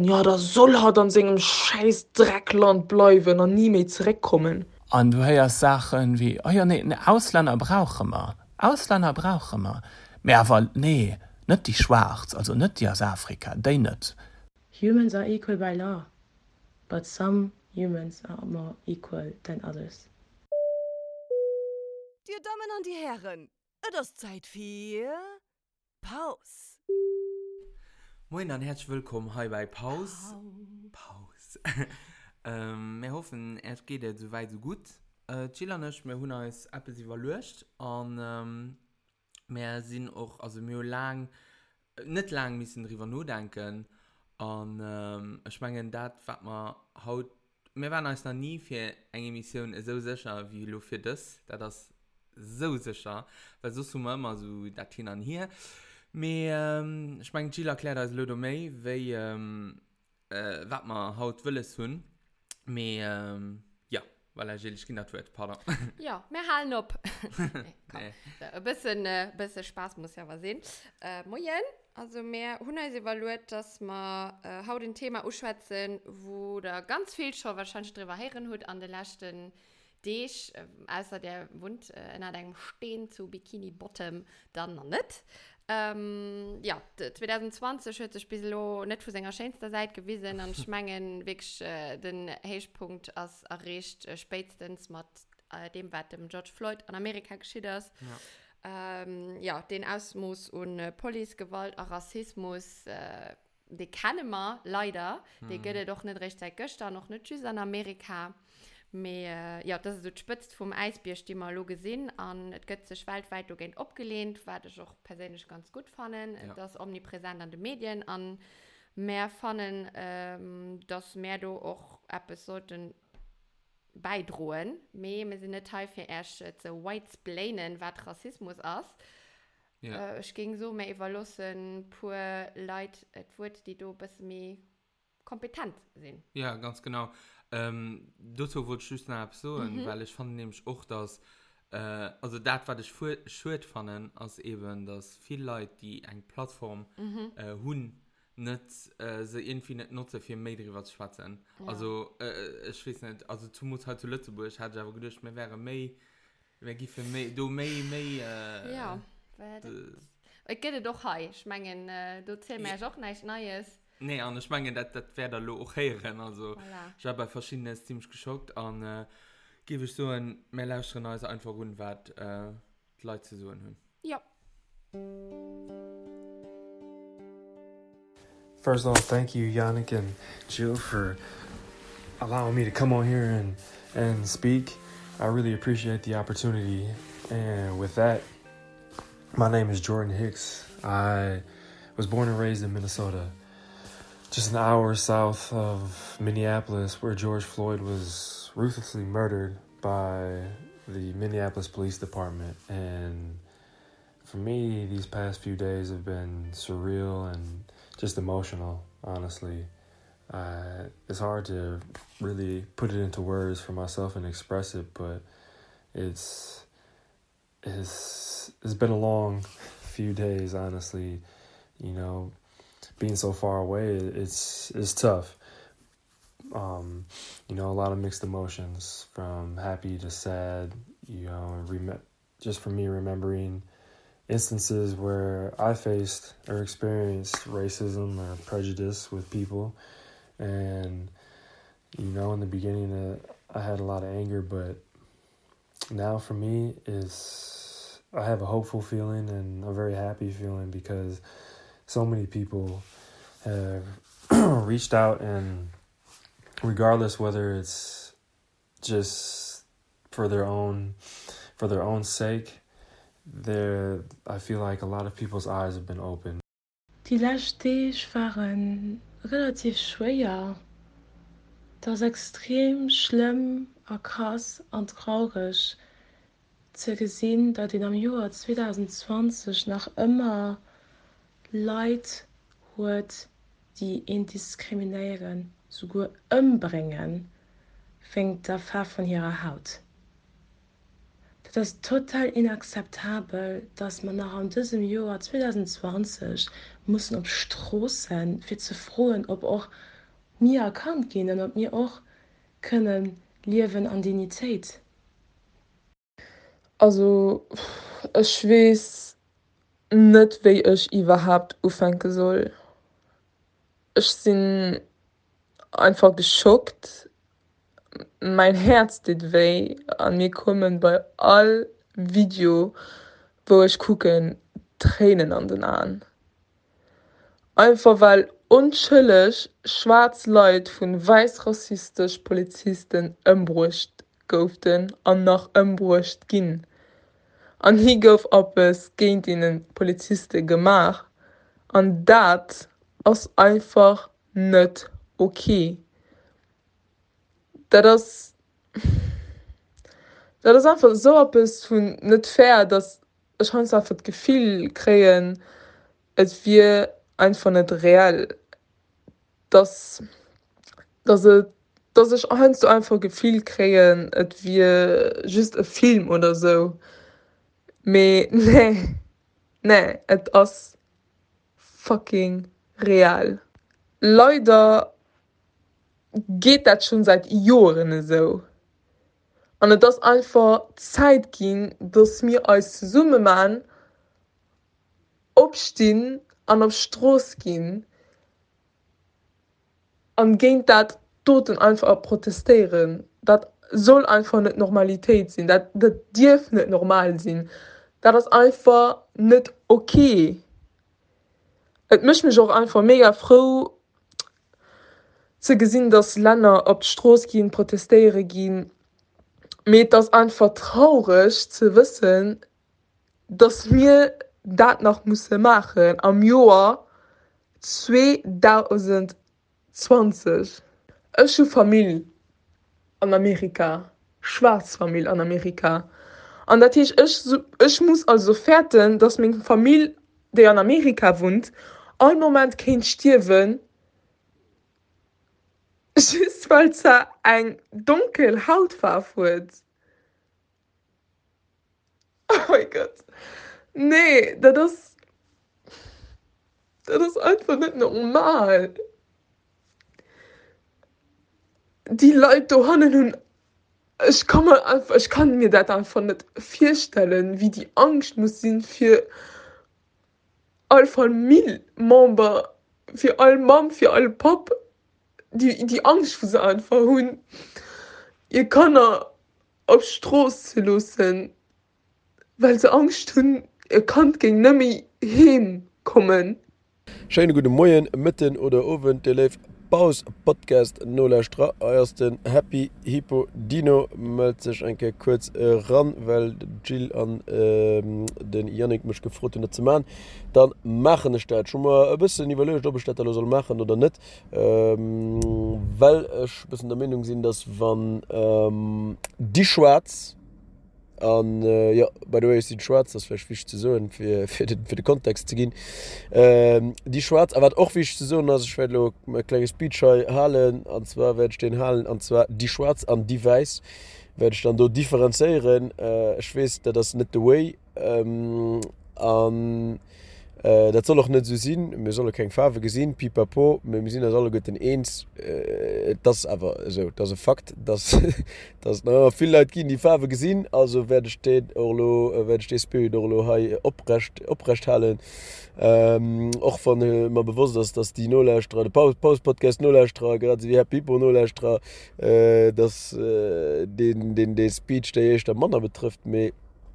ja, da soll er an seinem scheiß Dreckland bleiben und nie mehr zurückkommen. Und du hörst Sachen wie, oh ja, nee, Ausländer brauchen wir. Ausländer brauchen wir. Mehr aber, nee, nicht die Schwarz, also nicht die aus Afrika, die nicht. Humans are equal by law, but some humans are more equal than others. Die Damen und die Herren, es ist Zeit für Pause. Moin und herzlich willkommen hier bei Pause. Wir hoffen, es geht dir so weit so gut. Jill und ich, wir haben uns etwas evaluiert und wir sind auch, also wir haben nicht lang müssen darüber nachdenken und ich meine, das, was wir waren uns noch nie für eine Mission so sicher wie für das ist so sicher, weil so sind wir immer so das hin und her. Aber ich meine, Jill erklärt uns leider mehr, wie was wir heute wollen. Aber ja, weil er Jill genannt wird, pardon. Ja, wir halten ab. Nee. Ein bisschen Spaß muss ja aber sehen. Moin, also wir haben uns evaluiert, dass wir heute ein Thema ausschwätzen, wo da ganz viel schon wahrscheinlich drüber hören hat an den letzten Dich, außer der wohnt in einem Stehen zu Bikini Bottom, dann noch nicht. Ja, 2020 hat sich ein bisschen nicht von seiner schönsten Seite gewesen und ich meine wirklich den Höchstpunkt als erreicht, spätestens mit dem, was dem George Floyd in Amerika geschieht ist. Ja, den Ausmaß und Police-Gewalt und Rassismus, die kennen wir leider, die geht doch nicht recht seit gestern, noch nicht tschüss in Amerika. Aber, ja, das ist so die Spitze vom Eisberg, die wir gesehen haben. Und es wird sich weltweit abgelehnt, was ich auch persönlich ganz gut fand. Ja. Das ist omnipräsent an den Medien. Und wir fanden, dass wir da auch etwas sollten beidrohen. Wir sind nicht Teil für erst zu whitesplainen, was Rassismus ist. Ja. Ich ging so mehr überlassen, pur Leute, die da ein bisschen mehr kompetent sind. Ja, ganz genau. Dazu wollte ich noch so, weil ich fand nämlich auch, dass also das, was ich schön fand, als eben, dass viele Leute, die eine Plattform haben, nicht sie irgendwie nicht nutzen, für mehr darüber zu schwatzen. Ja. Also ich weiß nicht, also zu muss halt zu Lützeburg, hatte ich aber gedacht, wir wären mehr ja, ich gehe doch heim. Ich meine, du zählst mir auch nichts Neues. Nee, und ich meine, das werde ich auch hören. Also, voilà. Ich habe bei verschiedenen ziemlich geschockt und gebe ich so ein mehr Lauschen als einfach rund, was die Leute zu sagen haben. Ja. First off, thank you, Yannick and Jill, for allowing me to come on here and speak. I really appreciate the opportunity. And with that, my name is Jordan Hicks. I was born and raised in Minnesota. Just an hour south of Minneapolis, where George Floyd was ruthlessly murdered by the Minneapolis Police Department. And for me, these past few days have been surreal and just emotional, honestly. It's hard to really put it into words for myself and express it, but it's been a long few days, honestly. You know, being so far away, it's tough. You know, a lot of mixed emotions, from happy to sad, you know, just for me remembering instances where I faced or experienced racism or prejudice with people. And, you know, in the beginning, I had a lot of anger, but now for me I have a hopeful feeling and a very happy feeling, because so many people have reached out, and regardless whether it's just for their own sake, I feel like a lot of people's eyes have been opened. Die letzten Tage waren relativ schwer. Das ist extrem schlimm und krass und traurig zu sehen, dass in dem Jahr 2020 noch immer Leute hat, die ihn diskriminieren, sogar umbringen, fängt der Farbe von ihrer Haut. Das ist total inakzeptabel, dass man nach diesem Jahr 2020 müssen auf Straßen für zu fragen, ob auch nie erkannt gehen und ob wir auch können leben an Dignität. Also ich weiß nicht, wie ich überhaupt anfangen soll. Ich bin einfach geschockt. Mein Herz tut weh und mir kommen bei all Video, wo ich gucke, Tränen an den Augen. Einfach weil unschuldig schwarze Leute von weiß-rassistischen Polizisten umbrucht gouften und noch umbrucht gin. Und hier gouf etwas gegen ihnen Polizisten gemacht. Und das ist einfach nicht okay. Das ist einfach so etwas von nicht fair, dass ich einfach das Gefühl kriegen, es wir einfach nicht real. Dass ich einfach Gefühl kriegen, es wir just ein Film oder so. Me nee, es ist fucking real. Leider geht das schon seit Jahren so. Und es ist einfach Zeit gehen, dass wir als zusammen aufstehen und auf die Straße gehen und gegen das Toten einfach protestieren. Das soll einfach nicht Normalität sein. Das darf nicht normal sein. Das ist einfach nicht okay. Es macht mich auch einfach mega froh, zu sehen, dass Länder auf die Straße gehen, protestieren gehen. Mir das einfach traurig zu wissen, dass wir das noch müssen machen am Jahr 2020. Ich habe Familie in Amerika, Schwarzfamilie in Amerika. Und das heißt, ich muss also fertig, dass meine Familie, die in Amerika wohnt, einen Moment kein sterben, just weil sie eine dunkle Hautfarbe hat. Oh mein Gott. Nee, das ist einfach nicht normal. Die Leute da hinten, ich kann mir das einfach nicht vorstellen, wie die Angst muss sein für alle Familienmitglieder, für alle Mom, für alle Pop, die Angst, die sie einfach haben, ihr Kinder auf die Straße zu lassen, weil sie Angst haben, ihr könnt gegen nicht mehr heimkommen. Schönen guten Morgen, mitten oder oben, der live Pause Podcast Nolastra, ersten Happy Hippo Dino meldet sich einke kurz ran, weil Jill an den Yannick mich gefragt hat zu machen. Dann machen ich das schon mal ein bisschen überlegt, ob ich das soll machen oder nicht, weil ich ein bisschen der Meinung bin, dass wenn die Schwarz an ja, by the way ist die Schwarz, das wäre wichtig zu sagen, für den Kontext zu gehen. Die Schwarz, aber auch wichtig zu sagen, also ich werde ein kleines Speech halten, und zwar werde ich den halten, und zwar die Schwarz an die Weiß, werde ich dann dort differenzieren. Ich weiß, das ist nicht the way. Das soll auch nicht so sein, wir sollen keine Farbe gesehen, pipapo, wir sind das alle gut in eins. Das ist aber so, das ist ein Fakt, dass viele Leute gehen die Farbe gesehen, also werde ich den Spirit aufrecht halten. Auch von mal bewusst ist, dass die Nolastra, der Pause-Podcast Nolastra, gerade wie Happy People Nolastra, dass den Speech der erste Mann betrifft, mehr.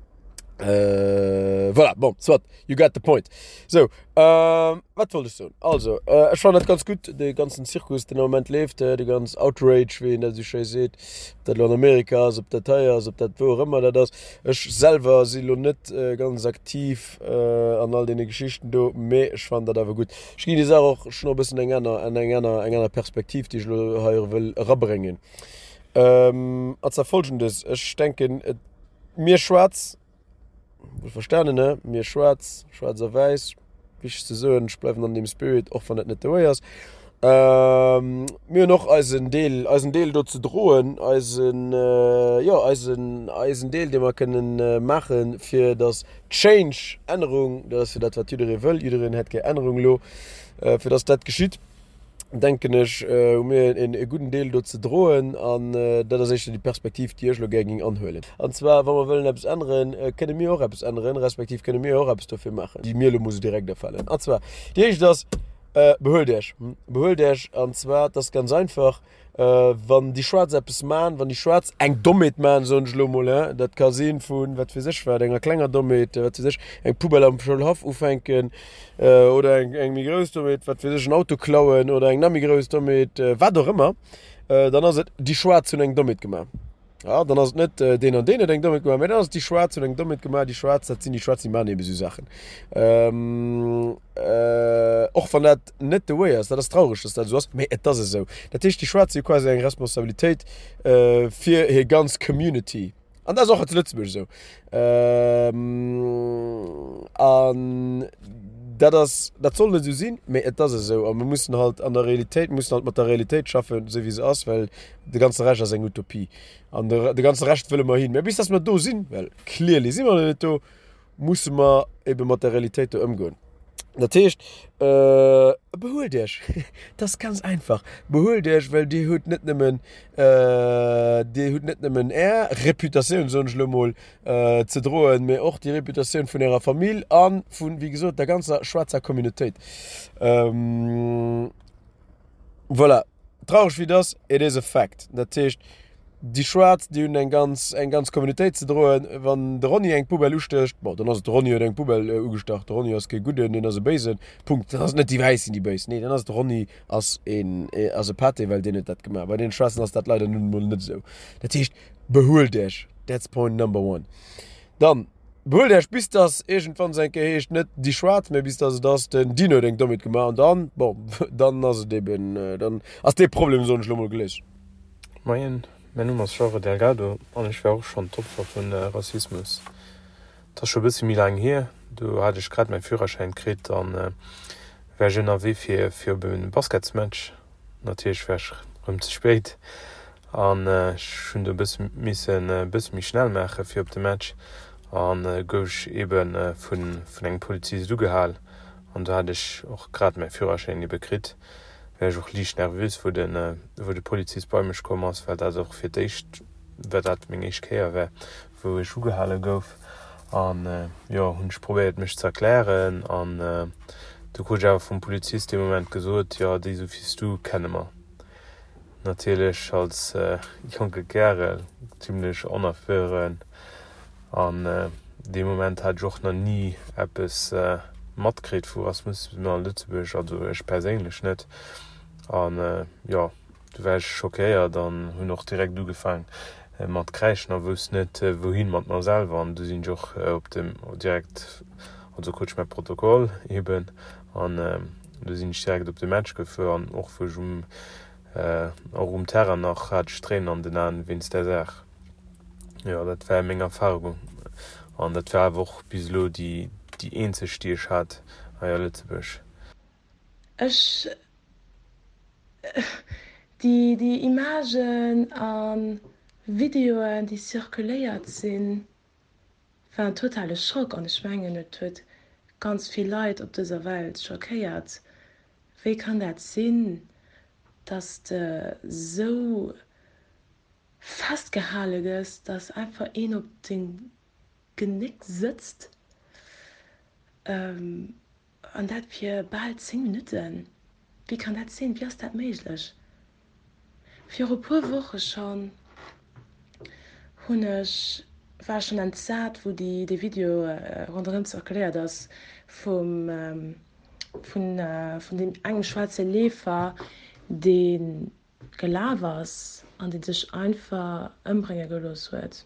Voilà, bon, so what, you got the point. So, was wolltest du? Also, ich fand das ganz gut, den ganzen Zirkus, der im Moment lebt, die ganze Outrage, wie ihr das schon seht, ob das in Amerika ist, ob das hier ist, ob das wo auch immer das ist. Ich selber bin noch nicht ganz aktiv an all den Geschichten, aber ich fand das aber gut. Ich gehe die Sache auch schon ein bisschen in einer Perspektive, die ich hier will ranbringen. Als folgendes, ich denke, mir schwarz, verstanden, ne? Mir schwarz auf weiß, wichtig zu sagen, ich bleibe an dem Spirit, auch wenn das nicht der Way ist. Mir noch als ein Deal dort zu drohen, als ein Deal, den wir können machen für das Change, Änderung, das für das, was jeder will, jeder hat keine Änderung, für das geschieht. denken ich mir in e guten Deel dort ze drohen an dat sich die Perspektiv die Ilo gegen anhhöllen. Und zwar wann man wollen apps anderen kennen mir auch apps anderen respektiv können mir auch apps dafür machen. Die Mirle muss direkt erfallen. Und zwar die ich das behol und zwar das ganz einfach wann die Schwarz Apps man wann die Schwarz eng dommet man so Schlomolle dat Kasin vun wat für sich war enger klenger dommet wat sich eng Pubel am Schulhof ufenken oder eng migrös dommet wat für sich ein Auto klauen oder eng namigrös dommet wat doch immer dann as die Schwarz hun eng dommet gemacht. Ja, dann hast net den an den denkt damit gemacht hast die Schwarz und damit gemacht die Schwarz dat sind die schwarze Mann so Sachen auch von dat net the way das traurig ist also das ist so dat ist die Schwarze quasi eng Responsabilität für hier ganz Community an das auch Lützburg so an das soll so sinn das so aber man muss halt an der Realität muss halt mit der Realität schaffen so wie es aus weil de ganze Recht ist eng Utopie an der ganze Recht will man hin bis das man do sinn weil clearly si man do muss man eben mat der Realität umgehen. Dat heißt, behol dich. Das ist ganz einfach. Behol dich, weil die hat nicht nimmen Reputation so ein Schlimmol zu drohen, aber auch die Reputation von ihrer Familie an von, wie gesagt, der ganzen schwarzen Community. Voilà. Traurig wie das, it is a fact. Das heißt, die Schwarz die hun eng ganz Communitéit ze droen wann der Ronny eng Pubel ustecht dann ass Ronny eng Pubel ugestacht Ronny ass ge guten den as se Basen Punkt ass net die weis in die Bas nee dann ass Ronny ass as e Party weil den net dat gemacht bei den Schwarzen ass dat leider nun net so dat hicht behol dech that's point number 1 dann behol dech bis das egent van se geheescht net die Schwarz méi bis das den Dino denkt damit gemacht dann dann ass deben dann ass de Problem so schlummel geles Mein Name ist Jorge Delgado und ich war auch schon Opfer von Rassismus. Das ist schon ein bisschen mehr lang her. Da hatte ich gerade meinen Führerschein gekriegt und war ich in NRW für einen Basketmatch. Natürlich war ich zu spät. Und ich musste ein bisschen schnell machen für den Match. Und habe ich eben von einem Polizist zugehalten. Und da hatte ich auch gerade meinen Führerschein gekriegt. Ich auch leicht nervös, wo der Polizist bei mir gekommen ist, weil das auch für dich, weil das mir nicht klar war, wo ich zugehalten gouf. Und ja, und ich probiert mich zu erklären. Und du hast auch vom Polizist im Moment gesagt, ja, die so viel du kennen wir. Natürlich als junger Kerl ziemlich unerfahren. Und in dem Moment hatte ich auch noch nie etwas mitgekriegt von Rassismus in Lützeburg, also ich persönlich nicht. Und ja, du wärst schockiert, dann habe ich auch direkt angefangen mit Kreischen, aber wusste nicht, wohin mit mir selber. Und du sind auch direkt, also kurz mein Protokoll eben, und du sind direkt auf den Match gefahren, auch wo ich auch Terra noch hatte ich Trainer an den Namen Vince Desert. Ja, das war meine Erfahrung. Und das war einfach bislo die einzige, die ich hatte in Lützeburg. Die Imagen an Videoen, die zirkuliert sind, war ein totaler Schock und ich meine, es hat ganz viel Leute auf dieser Welt schockiert. Wie kann das sein, dass du so festgehalten ist, dass einfach ein auf den Genick sitzt und das für bald 10 Minuten? Wie kann das sein? Wie ist das möglich? Für ein paar Wochen schon war schon entsetzt, wo die Video rundherum erklärt das von dem einen schwarzen Läfer, den gelaufen ist und den sich einfach umbringen gelassen wird.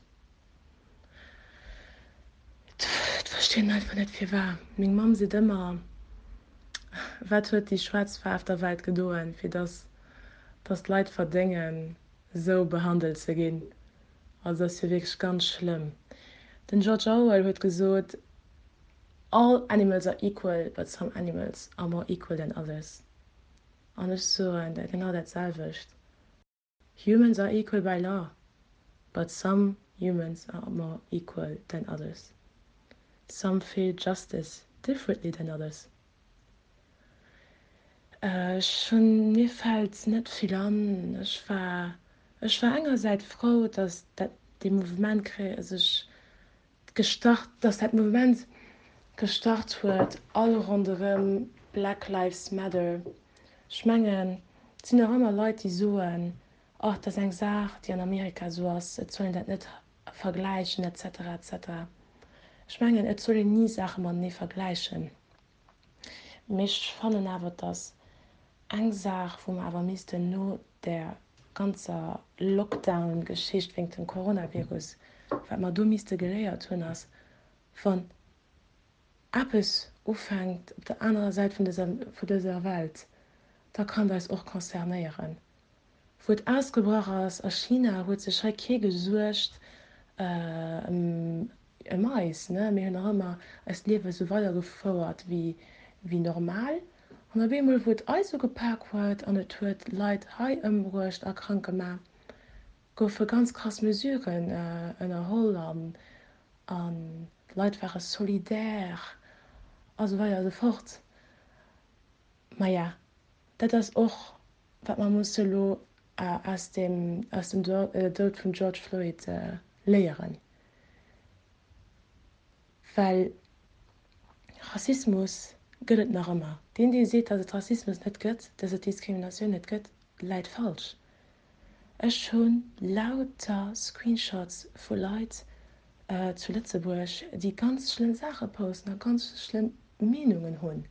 Ich verstehe einfach nicht, wie war. Meine Mom sieht immer, was hat die Schwarzfrau auf der Welt getan, für das Leute verdingen, so behandelt zu gehen. Also das ist ja wirklich ganz schlimm. Denn George Orwell hat gesagt, all animals are equal, but some animals are more equal than others. Und ich so, genau dasselbe. Humans are equal by law, but some humans are more equal than others. Some feel justice differently than others. Schon mir fällt nicht viel an. Ich war einerseits froh, dass das dem Movement sich gestartet, dass das Movement gestartet wird, alle rundherum Black Lives Matter. Ich meine, es sind auch immer Leute, die sagen, ach, das ist eine Sache, die in Amerika so ist, es sollen das nicht vergleichen, etc., etc. Ich meine, es sollen nie Sachen man nicht vergleichen. Mich fand aber, dass eine Sache, wo man aber müsste nur der ganze Lockdown-Geschichte wegen dem Coronavirus, was man da müsste gelernt haben, ist, von etwas anfängt auf der anderen Seite von dieser Welt, da kann das auch konzernieren. Wo es ausgebrochen ist, in China hat sich kein gesucht, Mais, ne? Wir haben auch immer das Leben so weitergeführt wie normal. Und auf einmal wird alles so gepackt wird und es wird Leute hier umgebracht, auch krank gemacht. Go für ganz krass Mesuren in der Holland. Und Leute waren solidär. Also weiter so fort. Aber ja, das ist auch, was man muss aus dem Tod von George Floyd lehren. Weil Rassismus gibt noch immer. Den, die sieht, dass es Rassismus nicht gibt, dass es Diskrimination nicht gibt, leider falsch. Es schon lauter Screenshots von Leuten zu Lützeburg, die ganz schlimme Sachen posten und ganz schlimme Meinungen haben.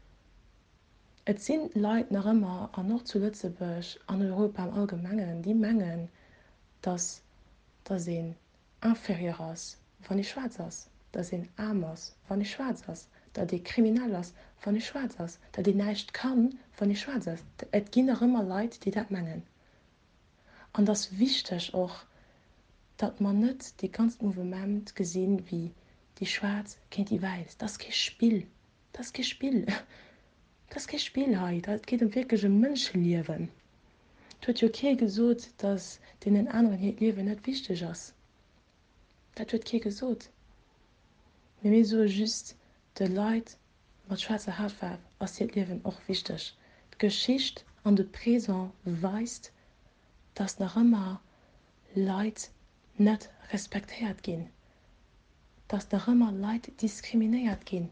Es sind Leute noch immer, auch noch zu Lützeburg, an Europa im Allgemeinen, die meinen, dass sie inferior ist, wenn ich schwarz ist. Dass sie arm ist, wenn ich schwarz ist. Dass die kriminell ist, wenn ich schwarz ist. Dass die nicht kann, wenn ich schwarz ist. Es gibt noch immer Leute, die das meinen. Und das ist wichtig auch, dass man nicht die ganzen Movement gesehen wie die Schwarz kennt die Weiß. Das ist kein Spiel. Das ist kein Spiel. Das ist kein Spiel heute. Es geht um wirklich ein Menschenleben. Es wird ja keiner gesagt, dass den anderen ihr Leben nicht wichtig ist. Das wird keiner gesagt. Wir so just die Leute mit schwarzer Hautfarbe ist ihr Leben auch wichtig. Die Geschichte und der Präsent weist, dass noch immer Leute nicht respektiert gehen. Dass noch immer Leute diskriminiert gehen.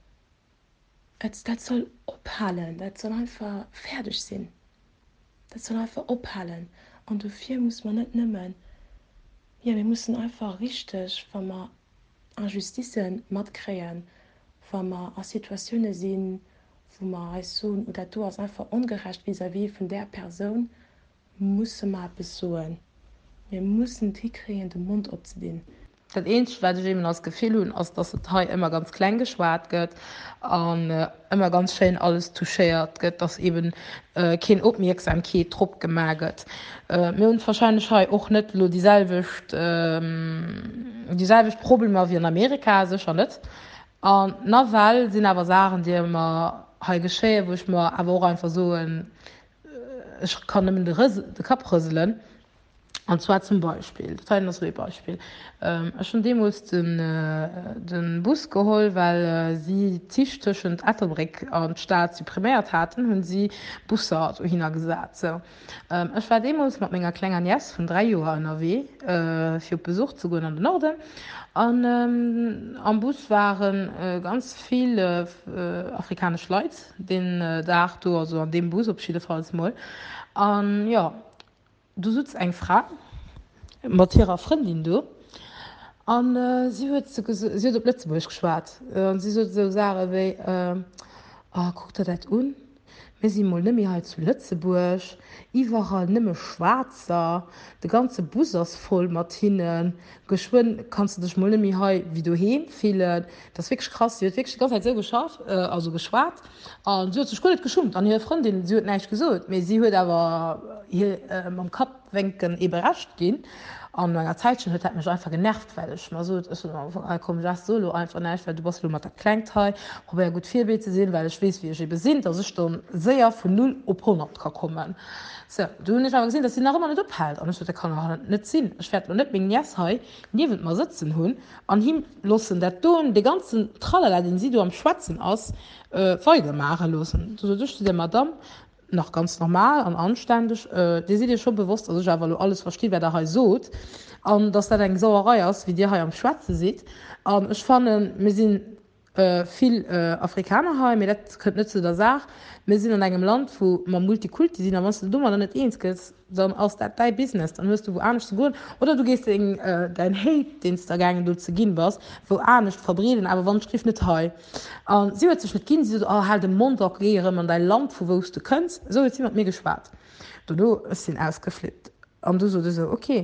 Das soll abhalten, das soll einfach fertig sein. Das soll einfach abhalten. Und dafür muss man nicht nehmen. Ja, wir müssen einfach richtig, wenn wir Injustizen mitkriegen, wenn wir in Situationen sind, wo wir so, oder du hast einfach ungerecht vis-à-vis von der Person, müssen wir etwas sagen. Wir müssen die kriegen, den Mund abzudienen. Das Einzige, was ich eben als Gefühl habe, ist, dass es hier immer ganz klein geschwärzt wird und immer ganz schön alles touchiert wird, dass eben keine Aufmerksamkeit drauf gemacht wird. Wir haben wahrscheinlich hier auch nicht dieselbe Probleme wie in Amerika, sicher nicht. Und noch weil sind aber Sachen, die immer hier geschehen, wo ich mir aber auch einfach so ich kann nicht mehr den Kopf rüsseln. Und zwar zum Beispiel, das ist ein Beispiel. Schon damals den Bus geholt, weil sie Tisch zwischen Ettelbrick und Staat supprimiert hatten und sie Busse hingesagt. So. Ich war damals mit meiner kleinen Niece von 3 Jahren in NRW für Besuch zu gehen in den Norden. Und am Bus waren ganz viele afrikanische Leute, also an dem Bus auf jeden Fall mal. Und ja, du sitzt eine Frau mit ihrer Freundin da und sie hat auf Lützeburg geschwärzt. Und sie hat so sagen wie, guck dir das an, wir sind mal nicht mehr halt zu Lützeburg, überall nicht mehr Schwarzer, der ganze Bus ist voll mit hinnen, geschwind kannst du dich mal nicht mehr halt wie du hinfühlen. Das ist wirklich krass, sie hat wirklich die ganze Zeit so geschwärzt. Und sie hat sich gar nicht geschummt an ihre Freundin, sie hat nicht gesagt, aber sie hat aber hier am Kopf wenken überrascht gehen. Und nach einer Zeit schon hat mich einfach genervt, weil ich mal so, komm, lass solo einfach nicht, weil du bist nur mit der Kleinteil, probier gut 4 zu sehen, weil ich weiß, wie ich eben sind, dass ich dann sehr von 0 auf 100 kann kommen. So, du hast aber gesehen, dass sie noch immer nicht abhält. Und ich dachte, das kann auch nicht sein. Ich werde nicht wegen Jes hier neben mir sitzen haben und ihm lassen, dass du den ganzen Tralala, den sie du am Schwatzen aus, Folge machen lassen. So, du die Madame noch ganz normal und anständig, die sind dir schon bewusst, also ich habe alles verstehe, wer da hier so und dass das eine Sauerei ist, wie die hier am Schwatzen sieht. Und ich fand, wir sind viel Afrikaner haben, mir das könnte nicht zu der Sache. Wir sind in einem Land, wo man Multikulti sind, aber wenn du dummer dann nicht eins gehst, sondern aus dein Business, dann wirst du wo auch nicht zu gehen. Oder du gehst in dein Hate, den du da gegangen du zu gehen warst, wo auch nicht verbreiten, aber wann schrift nicht heu. Und sie wird sich nicht gehen, sie sagt, oh, halt den Montag lehren in dein Land, wo du kannst. So hat sie mit mir gespart. Du ist ihn ausgeflippt. Und du so, okay.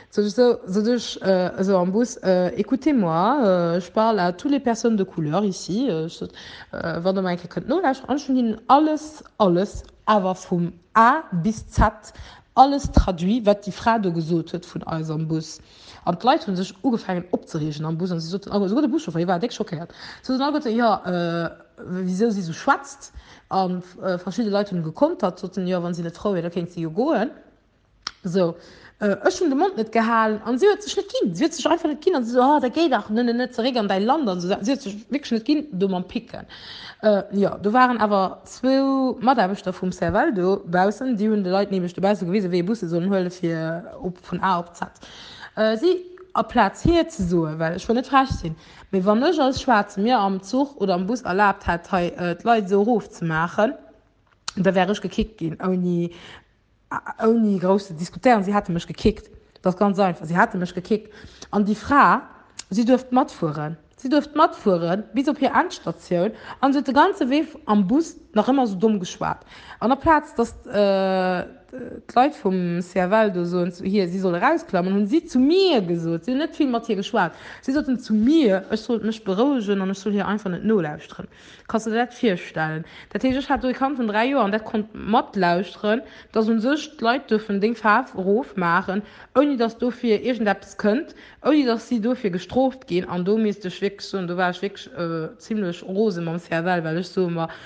So en bus, écoutez-moi, je parle à toutes les personnes de couleur ici. Wenn du mal könnt, no, schon alles, aber vom A bis Z, alles traduit, was die Frau da gesagt hat von unserem Bus. Und die Leute haben sich angefangen abzuregen am Bus und sie sagten, sogar der Buschauffeur, ich war echt schockiert. So dann gesagt, ja, wieso sie so schwatzt. Und verschiedene Leute haben gekontert, sagten, ja, wenn sie nicht Frau wäre, dann können sie ja gehen. So. Ich habe den Mund nicht gehalten und sie hat sich nicht gehen. Sie hat sich einfach nicht gehen und sie so, oh, da geht auch nicht zu regeln, dein Land und so. Sie hat sich wirklich nicht gehen, du mal picken. Ja, da waren aber 2 Mitarbeiter vom Serval, da draußen, die haben die Leute nämlich dabei so gewesen, wie Busse so eine Hölle für, von A auf Z. Sie auf Platz hier zu suchen, weil ich will nicht falsch sein. Aber wenn ich als Schwarze mir am Zug oder am Bus erlaubt hat, die Leute so Ruf zu machen, da wäre ich gekickt gehen, ohne große Diskutieren, sie hatte mich gekickt. Das ist ganz einfach, sie hatte mich gekickt. Und die Frau, sie durfte mitfahren. Sie durfte mitfahren, bis auf ihre Endstation. Und sie hat den ganzen Weg am Bus noch immer so dumm geschwärzt. Und der Platz, dass die Leute vom Serval so hier, sie soll rausklammern, und sie zu mir gesagt, sie hat nicht viel mit ihr geschwärzt. Sie sagten zu mir, ich soll mich beruhigen und ich soll hier einfach nicht nur lauschen. Kannst du dir das vorstellen? Das heißt, ich hatte gekannt von 3 Jahren und das konnte mit lauschen, dass uns die Leute dürfen den Ruf machen, ohne dass du für irgendetwas könnt, ohne dass sie dafür gestraft gehen. Und du musst dich wirklich so, und du warst wirklich ziemlich rose mit dem Serval, weil ich so immer,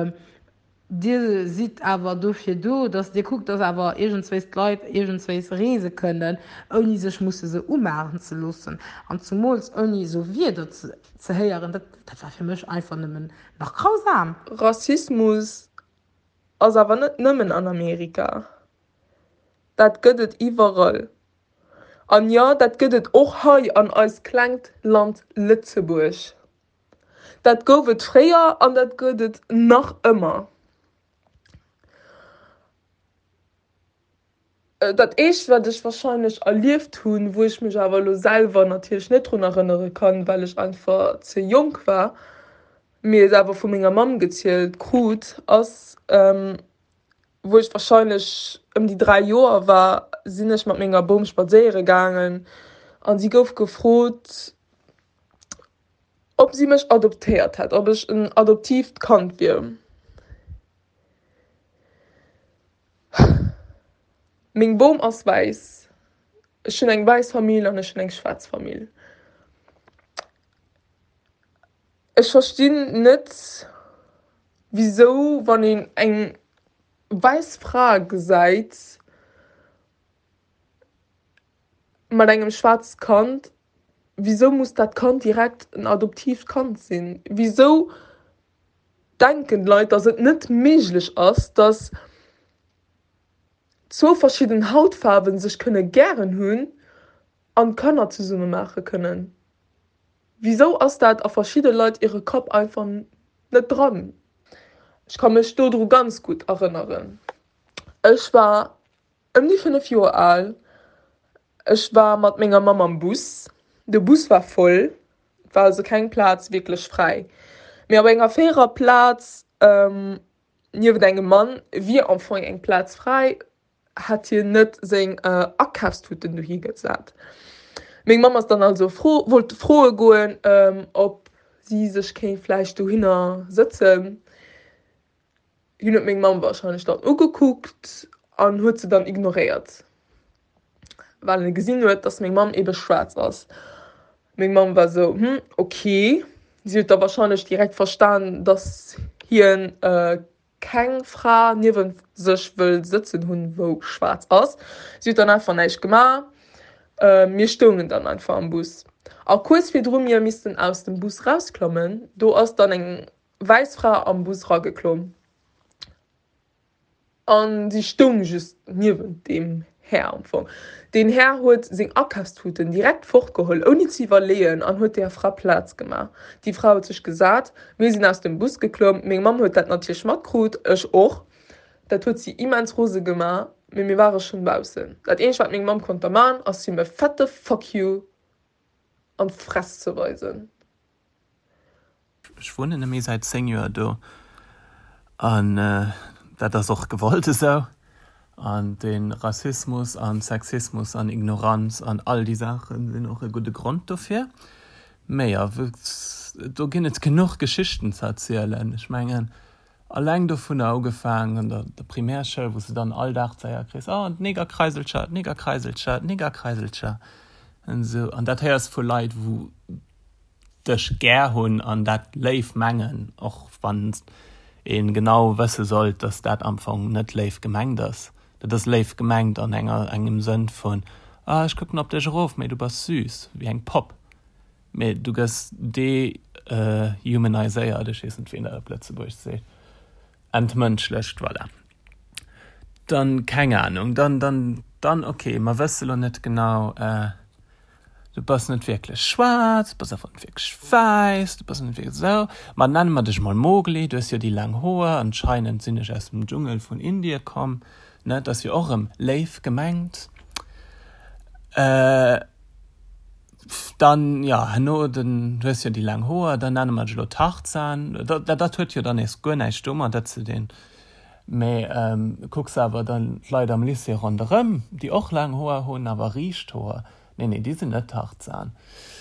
dir sieht aber dafür du, dass dir guckt, dass aber irgendwelche Leute irgendwelche reisen können, ohne sich musste sie ummachen zu lassen. Und zumal ohne so wieder zu hören, das war für mich einfach nicht mehr noch grausam. Rassismus ist aber nicht nur in Amerika. Das gibt es überall. Und ja, das gibt es auch hier an unserem kleinen Land Lützeburg. Das gibt es früher und das gibt es noch immer. Das erste, was ich wahrscheinlich erlebt habe, wo ich mich aber selber natürlich nicht daran erinnern kann, weil ich einfach zu jung war, mir ist aber von meiner Mom gezählt, gut, als wo ich wahrscheinlich die 3 Jahre war, sind ich mit meiner Baum spazieren gegangen und sie hat gefragt, ob sie mich adoptiert hat, ob ich ein Adoptivkind wäre. Mein Baum ist weiß. Ich habe eine weiße Familie und ich habe eine schwarze Familie. Ich verstehe nicht, wieso, wenn ihr eine weiße Frau seid, mit einem schwarzen Kind, wieso muss das Kind direkt ein Adoptivkind sein? Wieso denken Leute, dass es nicht möglich ist, dass 2 verschiedene Hautfarben sich können gern haben und Kinder zusammen machen können? Wieso ist das auf verschiedene Leute ihre Kopf einfach nicht dran? Ich kann mich daran ganz gut erinnern. Ich war die 5 Jahre alt. Ich war mit meiner Mama im Bus. Der Bus war voll. War also kein Platz wirklich frei. Wir haben einen fairen Platz neben einem Mann. Wir haben vorhin einen Platz frei. Hat hier nicht seine Ackerstuten hier gesagt. Meine Mama ist dann also wollte froh gehen, ob sie sich kein Fleisch dahinter sitzen. Hier hat meine Mama wahrscheinlich dann angeguckt und hat sie dann ignoriert. Weil sie gesehen hat, dass meine Mama eben schwarz ist. Meine Mama war so, okay. Sie hat da wahrscheinlich direkt verstanden, dass hier keine Frau neben sich will sitzen hun wo schwarz aus. Sie hat dann einfach nicht gemacht. Wir stungen dann einfach am Bus. Auch kurz wie drum wir müssten aus dem Bus rauskommen, du hast dann eine Weißfrau am Bus rangeklommen. Und sie stung just neben dem Herr Anfang. Den Herr hat seine Abkaststuten direkt fortgeholt, ohne zu überlegen, und hat der Frau Platz gemacht. Die Frau hat sich gesagt, wir sind aus dem Bus geklommen, meine Mama hat das natürlich mitgekriegt, ich auch. Das hat sie immens Rose gemacht, aber wir waren schon draußen. Das Einzige, was meine Mama konnte machen, ist sie mir fette Fuck you an die Fresse zu weisen. Ich wohne nämlich seit 10 Jahren da. Und das ist auch gewollt so. An den Rassismus, an Sexismus, an Ignoranz, an all die Sachen sind auch ein guter Grund dafür. Aber ja, da gibt es genug Geschichten zu erzählen. Ich meine, allein davon angefangen, der Primärschule, wo sie dann alltag sagen, Negerkreiseltscher. Und so. Und das heißt für Leute, wo das gerne haben an das live mengen, auch wenn ihnen genau wissen soll, dass das am Anfang nicht live gemengt ist. Das ist live gemengt an einem Sinn von, ich gucke auf dich rauf, du bist süß, wie ein Pop. Du gehst dehumanisiert, das ist irgendwie in der Plätze, wo ich sehe. Entmenschlicht, voilà. Dann, keine Ahnung, dann, okay, man weiß noch nicht genau, du bist nicht wirklich schwarz, du bist einfach nicht wirklich weiß, du bist nicht wirklich so. Man nennen wir dich mal Mowgli, du hast ja die langen Haare, anscheinend sind ich aus dem Dschungel von Indien gekommen, ne, das ist ja auch im Live gemeint. Dann, ja, du hast ja die langen Haare, dann nennen wir dich Tarzan, das hört ja dann erst gar nicht dummer, das zu den. Aber guckst aber dann Leute am Lycée rundherum, die auch lange Haare haben, aber riecht Haare. Nee, die sind nicht Tarzan.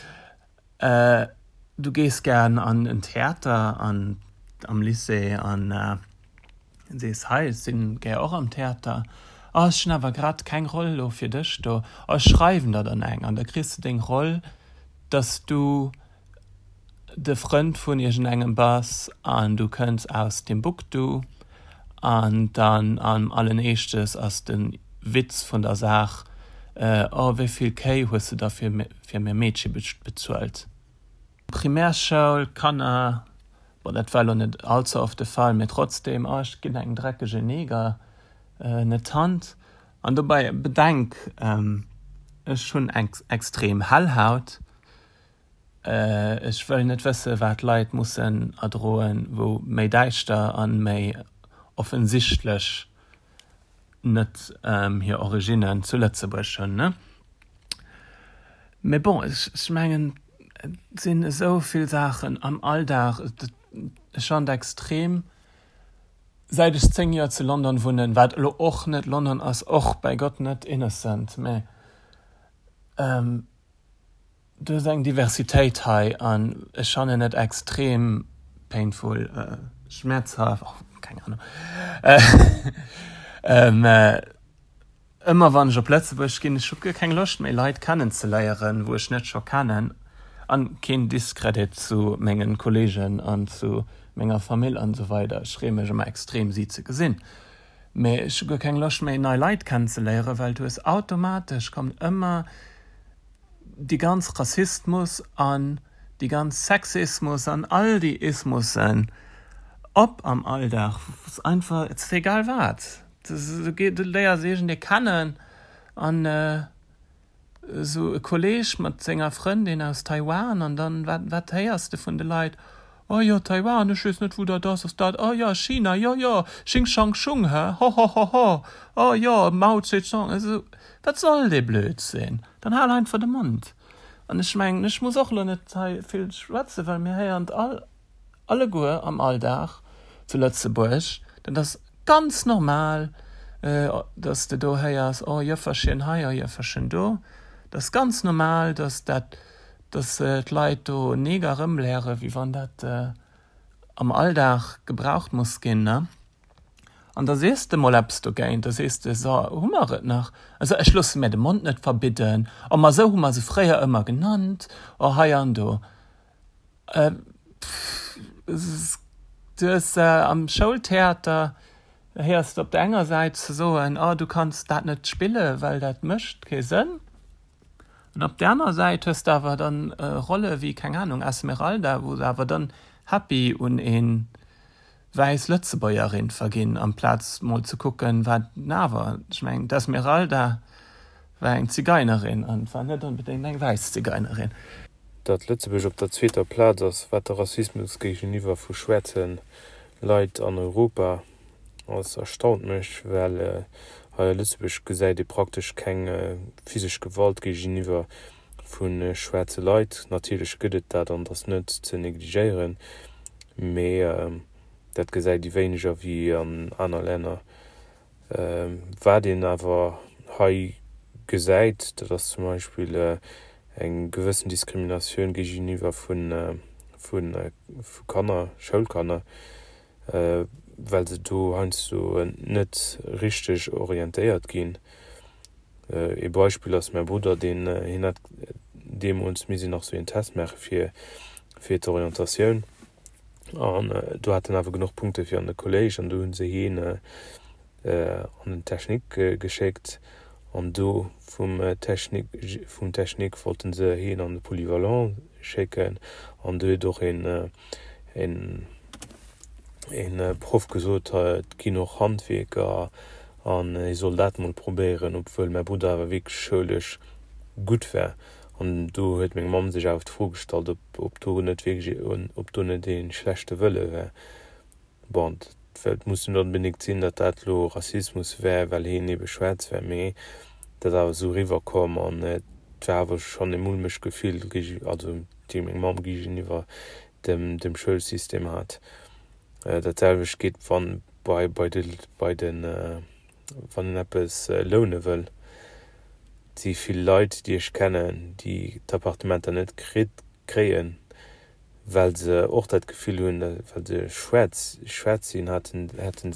Du gehst gern an ein Theater, am Lycée, siehst, hey, sind gern auch am Theater. Ich habe aber gerade keine Rolle für dich. Schreiben da dann eng. Und da kriegst du den Rolle, dass du der Freund von irgendeinem bist und du kannst aus dem Buch und dann am allernächstes aus dem Witz von der Sache wie viel Kei hast du dafür für mehr Mädchen bezahlt? Primärschule kann aber das war nicht allzu oft der Fall, aber trotzdem, ich bin ein dreckiger Neger, eine Tante. Und dabei bedenk, ist schon extrem hellhaut. Ich will nicht wissen, was die Leute müssen erdrohen, wo mehr deichter und mehr offensichtlich nicht hier Originen zu Lützeburg schon, ne? Aber bon, ich meine, es sind so viele Sachen am Alltag, schon extrem. Seit ich 10 Jahre zu London wohne, war auch nicht London als auch bei Gott nicht innocent, aber du hast eine Diversität hier und es ist schon nicht extrem painful, schmerzhaft, keine Ahnung. Immer wenn ich auf Lützeburg gehe, ich habe keine Lust mehr, Leute kennenzulernen, wo ich nicht schon kenne. Und kein Diskredit zu meinen Kollegen und zu meiner Familie und so weiter. Ich rede mich immer extrem, sie zu sehen. Aber ich habe keine Lust mehr, neue Leute kennenzulernen, weil du es automatisch kommt immer die ganze Rassismus an, die ganze Sexismus an, all die Ismusen ob am Alltag. Es ist einfach, es ist egal was. Du lehrst sich, die kennen an so ein Kollege mit seiner Freundin aus Taiwan und dann, was hörst du von den Leuten? Oh ja, Taiwan, ich weiß nicht, wo das ist. Oh ja, China, ja, Xing Shang Shung, hä? Ho. Oh ja, Mao Zedong. Also, was soll der Blödsinn? Dann halt einfach den Mund. Und ich meine, ich muss auch noch nicht viel schwätzen, weil wir hören alle gut am Alltag zu Lützeburg, denn das ist ganz normal, dass du da hörst, oh, ja, verschieden hier, ja, verschieden da. Das ist ganz normal, dass die Leute da Neger rumlehren, wie wenn das am Alltag gebraucht muss gehen, ne? Und das erste Mal habst du gehen, das erste so, Hummer nach. Also, ich lasse mir den Mund nicht verbieten. Aber so haben wir sie früher immer genannt. Oh, hier und da. du hast am Schultheater hörst auf der einen Seite so du kannst das nicht spielen, weil das mischt keinen Sinn. Und auf der anderen Seite hast du aber dann Rolle wie, keine Ahnung, Esmeralda, wo du aber dann happy und in weiß Lützebäuerin vergehen am Platz mal zu gucken, was na war. Ich meine, das Esmeralda war eine Zigeunerin und war nicht unbedingt eine weiße Zigeunerin. Dat Lützeburg op der zweter Platz ass wat der Rassismus gegenüber vu Schwätzen Leiit an Europa ass erstaunt mech, well Lützeburg gesäit de praktisch keng physisch Gewalt gegenüber vun Schwäze Leiit. Natürlich gëtt dat an das net ze negligéieren, méi dat gesäit die weniger wie an aner Länner. War den awer hai gesäit, dat das zum Beispiel eng gewissen Diskrimination gegenüber von Kanner, Schulkanner, weil sie du hanst so nicht richtig orientiert gehen. Ein Beispiel aus mein Bruder, den hat dem uns müssen noch so einen Test machen für die Orientation. Und du hatten einfach genug Punkte für eine College und du haben sie hin an den Technik geschickt. Und du vom Technik wollten sie hin an den Polyvalent schicken und du doch ein Prof gesagt hat, gi noch Handwerker an ich soll dat mal probieren, obwohl mein Bruder aber wirklich schulisch gut war. Und du hat meine Mom sich auch vorgestellt, ob du nicht den schlechte Wille wär. Und muss nicht unbedingt sehen, dass das Rassismus wäre, weil er neben schwarz wäre, mehr, dass er so rüberkommt und das war schon ein mulmiges Gefühl, also die meine Mom gegenüber dem Schulsystem hat. Dasselbe geht von bei den etwas lohnen will. Die viele Leute, die ich kenne, die Appartementer nicht kriegen, weil sie auch das Gefühl haben, weil sie schwarz sind, hätten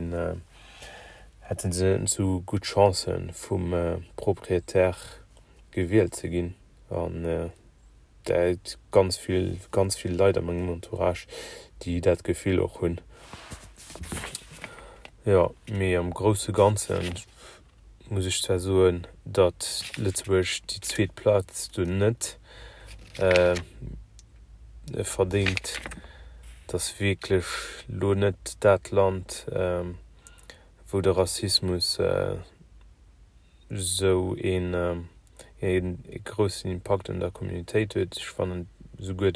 sie so gute Chancen vom Proprietär gewählt zu gehen. Und da hat ganz viel Leute in meinem Entourage, die das Gefühl auch haben. Ja, mir am großen Ganzen muss ich zwar sagen, dass Lützeburg die zweite Platz nicht verdient, dass wirklich nur nicht das Land, wo der Rassismus so einen großen Impact in der Community hat. Ich fand so gut,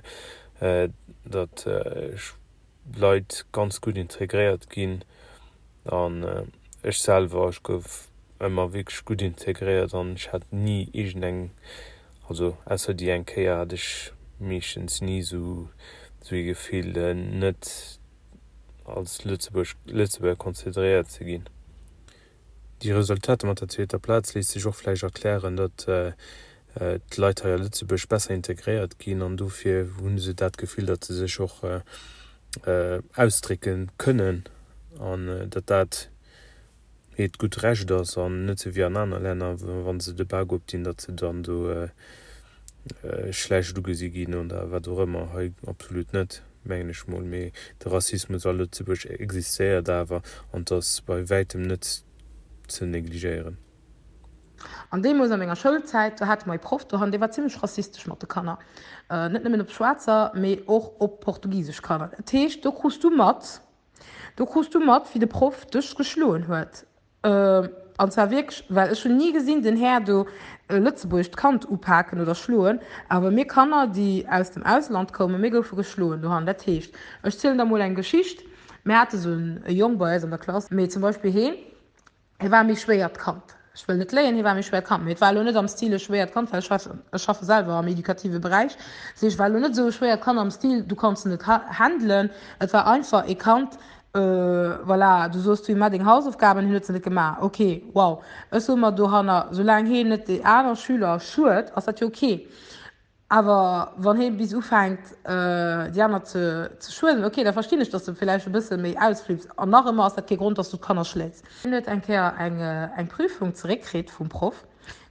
dass Leute ganz gut integriert gehen. Und ich selber, ich immer wirklich gut integriert und ich hatte nie irgendein, also außer die NK hatte ich mich nie so gefühlt, nicht als Lützeburg konzentriert zu gehen. Die Resultate mit der zweiten Platz lässt sich auch vielleicht erklären, dass die Leute in Lützeburg besser integriert gehen und dafür haben sie das Gefühl, dass sie sich auch ausdrücken können und dass het gut recht ass an net wie an anderen Länder, wann se de Bag op, dat ze dann do schlecht du gesi gin und wat do immer ha absolut net menglech moll méi de Rassismus alle zebech existéiert dawer an das bei weitem net ze negligéieren. An dem muss enger Schulzeit hat mein Prof de war ziemlich rassistisch mat Kanner net nimmen op Schwarzer méi och op Portugiesisch Kanner Teech du krust du mat wie de Prof duch geschloen huet. Und zwar wirklich, weil ich schon nie gesehen, den Herr du Lützeburg Kant upacken oder schluhen, aber mir Kanner, die aus dem Ausland kommen, mir gouf geschlohen, du hast das heißt. Ich erzähle da mal eine Geschichte. Mir hatte so ein Jungboy in der Klasse, mir zum Beispiel hin, er war mich schwer erkannt. Ich will nicht lernen, er war mich schwer erkannt. Ich war nicht am Stil schwer erkannt, weil ich arbeite selber im edukativen Bereich. Ich war nicht so schwer erkannt am Stil, du kannst nicht handeln. Es war einfach erkannt, voilà, du sollst wie den Hausaufgaben hin nicht gemacht. Okay, wow. Also du hast solange hier nicht die anderen Schüler schult, ist das okay. Aber wenn er bis anfängt, die anderen zu schulen, okay, da verstehe ich, dass du vielleicht ein bisschen mehr ausflippst. Und noch immer ist das kein Grund, dass du keiner schlägst. Ich habe eine Prüfung zurückgekriegt vom Prof.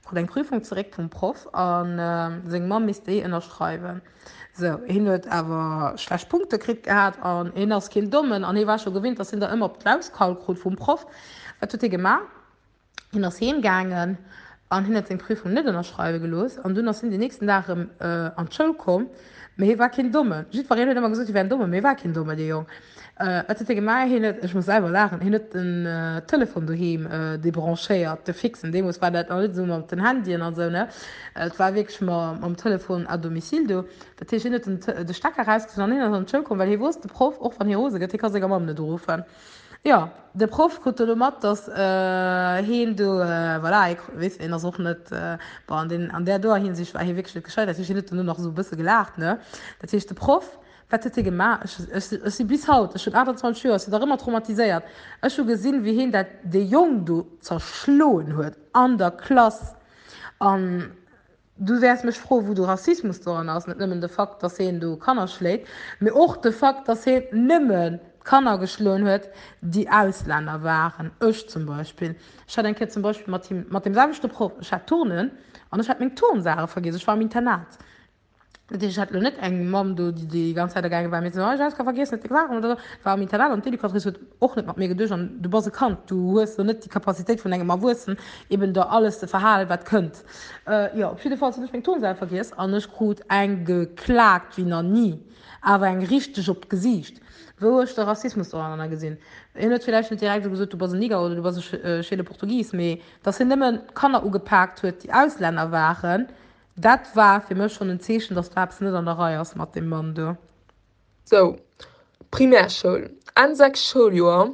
von der Prüfung zurück vom Prof und seine Mom ist die unterschreiben. So, hin hat aber schlecht Punkte gekriegt gehabt und hin als Kind dummen und war schon gewinnt, dass sind da immer Klauskalkul vom Prof. Was hat er gemacht? Hin ist hingegangen und hin hat seine Prüfung nicht unterschreiben gelöst und dann sind die nächsten Tage an die Schule gekommen. Aber er war kein Dumme. Ich habe immer gesagt, ich wäre ein Dumme, aber er war kein Dumme, der Junge. Was hat er gemacht? Ich muss selber lachen. Er hat ein Telefon daheim debranchiert, fixen. Dem war das auch nicht so mit den Handys und so. Ne? Es war wirklich mal am Telefon à domicile. Das heißt, er hat den Stecker rausgezogen und er ist an die Schule gekommen, weil er wusste, der Prof auch von hier Hause geht, er kann seine Mama nicht rufen. Ja, der Prof konnte nur mit, dass hin du, voilà, ich weiß, er ist auch nicht, an der Dauer hin sich war hier wirklich nicht gescheitert. Ich habe nur noch so ein bisschen gelacht, ne? Das heißt, der Prof, was hat er gemacht? Ich bin bis heute, ich bin 28 Jahre, ich bin immer traumatisiert. Ich habe gesehen, wie hin der Junge zerschlagen hat, an der Klasse. Und du wärst mich froh, wo du Rassismus dran hast, nicht nur der Fakt, dass du Kanner schlägt, aber auch der Fakt, dass nicht mehr Kanner geschlagen hat, die Ausländer waren. Ich zum Beispiel. Ich hatte ein Kind zum Beispiel mit dem selben Prof, ich hatte Turnen und ich hatte meine Turnsache vergessen, ich war im Internat. Ich hatte nicht eine Mom, die ganze Zeit gegangen war mit so, ich habe vergessen, nicht gesagt oder so. Ich war im Internat und die Edukatrice hat auch nicht mit mir geduscht und du bist bekannt, du hast so nicht die Kapazität von einem Wissen, eben da alles zu verhalten, was könnt. Ja, auf jeden Fall habe ich meine Turnsache vergessen und ich habe eingeklagt wie noch nie, aber ein richtig auf Gesicht. Wo ist der Rassismus daran gesehen? Ich habe vielleicht nicht direkt gesagt, du bist ein Niger oder du bist ein schöner Portugies, aber dass sie nicht mehr Kanner gepackt hat, die Ausländer waren, das war für mich schon ein Zeichen, dass du nicht an der Reihe ist mit dem Mann da. So, Primärschule. An 6 Schuljahr,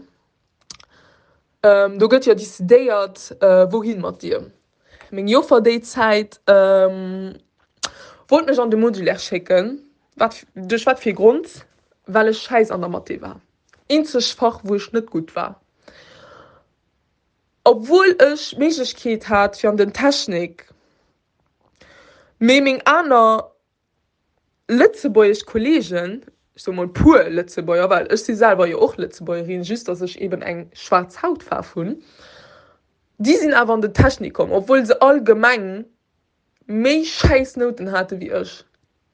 da geht ja decidiert, wohin mit dir. Mein Jahr vor der Zeit wollte mich an den Modulär schicken. Durch was für Grund? Weil ich scheiß an der Mathe war. Einziges Fach, wo ich nicht gut war. Obwohl ich Möglichkeit hatte für den Technik, mit meinen anderen Lützebäuerischen Kollegen, ich sage mal pur Lützebäuer, weil ich sie selber ja auch Lützebäuerin, just dass ich eben eine schwarze Haut habe, die sind aber an der Technik gekommen, obwohl sie allgemein mehr Scheißnoten hatten wie ich.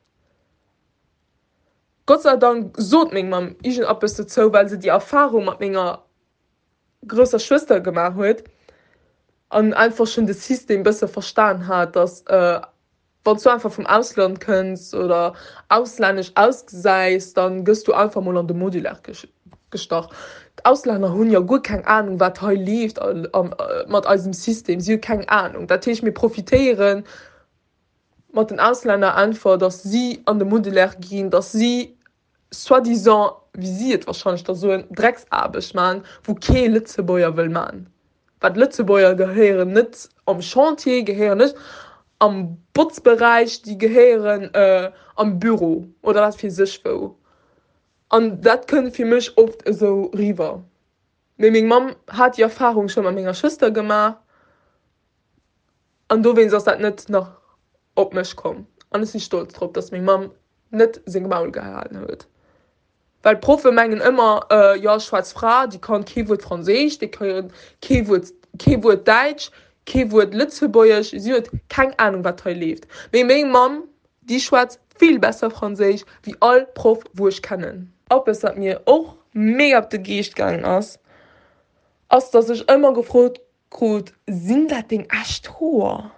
Gott sei Dank sagt meine Mama etwas dazu, weil sie die Erfahrung mit meiner größeren Schwester gemacht hat und einfach schon das System besser verstanden hat, dass wenn du einfach vom Ausland kommst oder ausländisch ausgeseist, dann gehst du einfach mal an den Modulär gestochen. Die Ausländer haben ja gut keine Ahnung, was hier läuft mit unserem System. Sie haben keine Ahnung. Das heißt, wir profitieren mit den Ausländern einfach, dass sie an den Modulär gehen, dass sie soi-disant, wie sie es wahrscheinlich da so ein Drecksarbeit machen, wo kein Lützebäuer will machen. Weil Lützebäuer gehören nicht am Chantier, gehören nicht am Putzbereich, die gehören am Büro oder was für sich will. Und das können für mich oft so rüber. Meine Mom hat die Erfahrung schon mit meiner Schwester gemacht und da will sie das nicht noch auf mich kommen. Und ich bin stolz darauf, dass meine Mom nicht sein Maul gehalten hat. Weil Profe meinen immer, ja, schwarze Frau, die kann kein Wort Französisch, die kann kein Wort Deutsch, kein Wort Lützebäuerisch, sie hat keine Ahnung, was hier lebt. Meine Mom, die schwätzt viel besser Französisch, wie alle Prof, wo ich kenne. Etwas, was mir auch mega auf den Geist gegangen ist, als dass ich immer gefragt habe, sind das Ding echt hoch?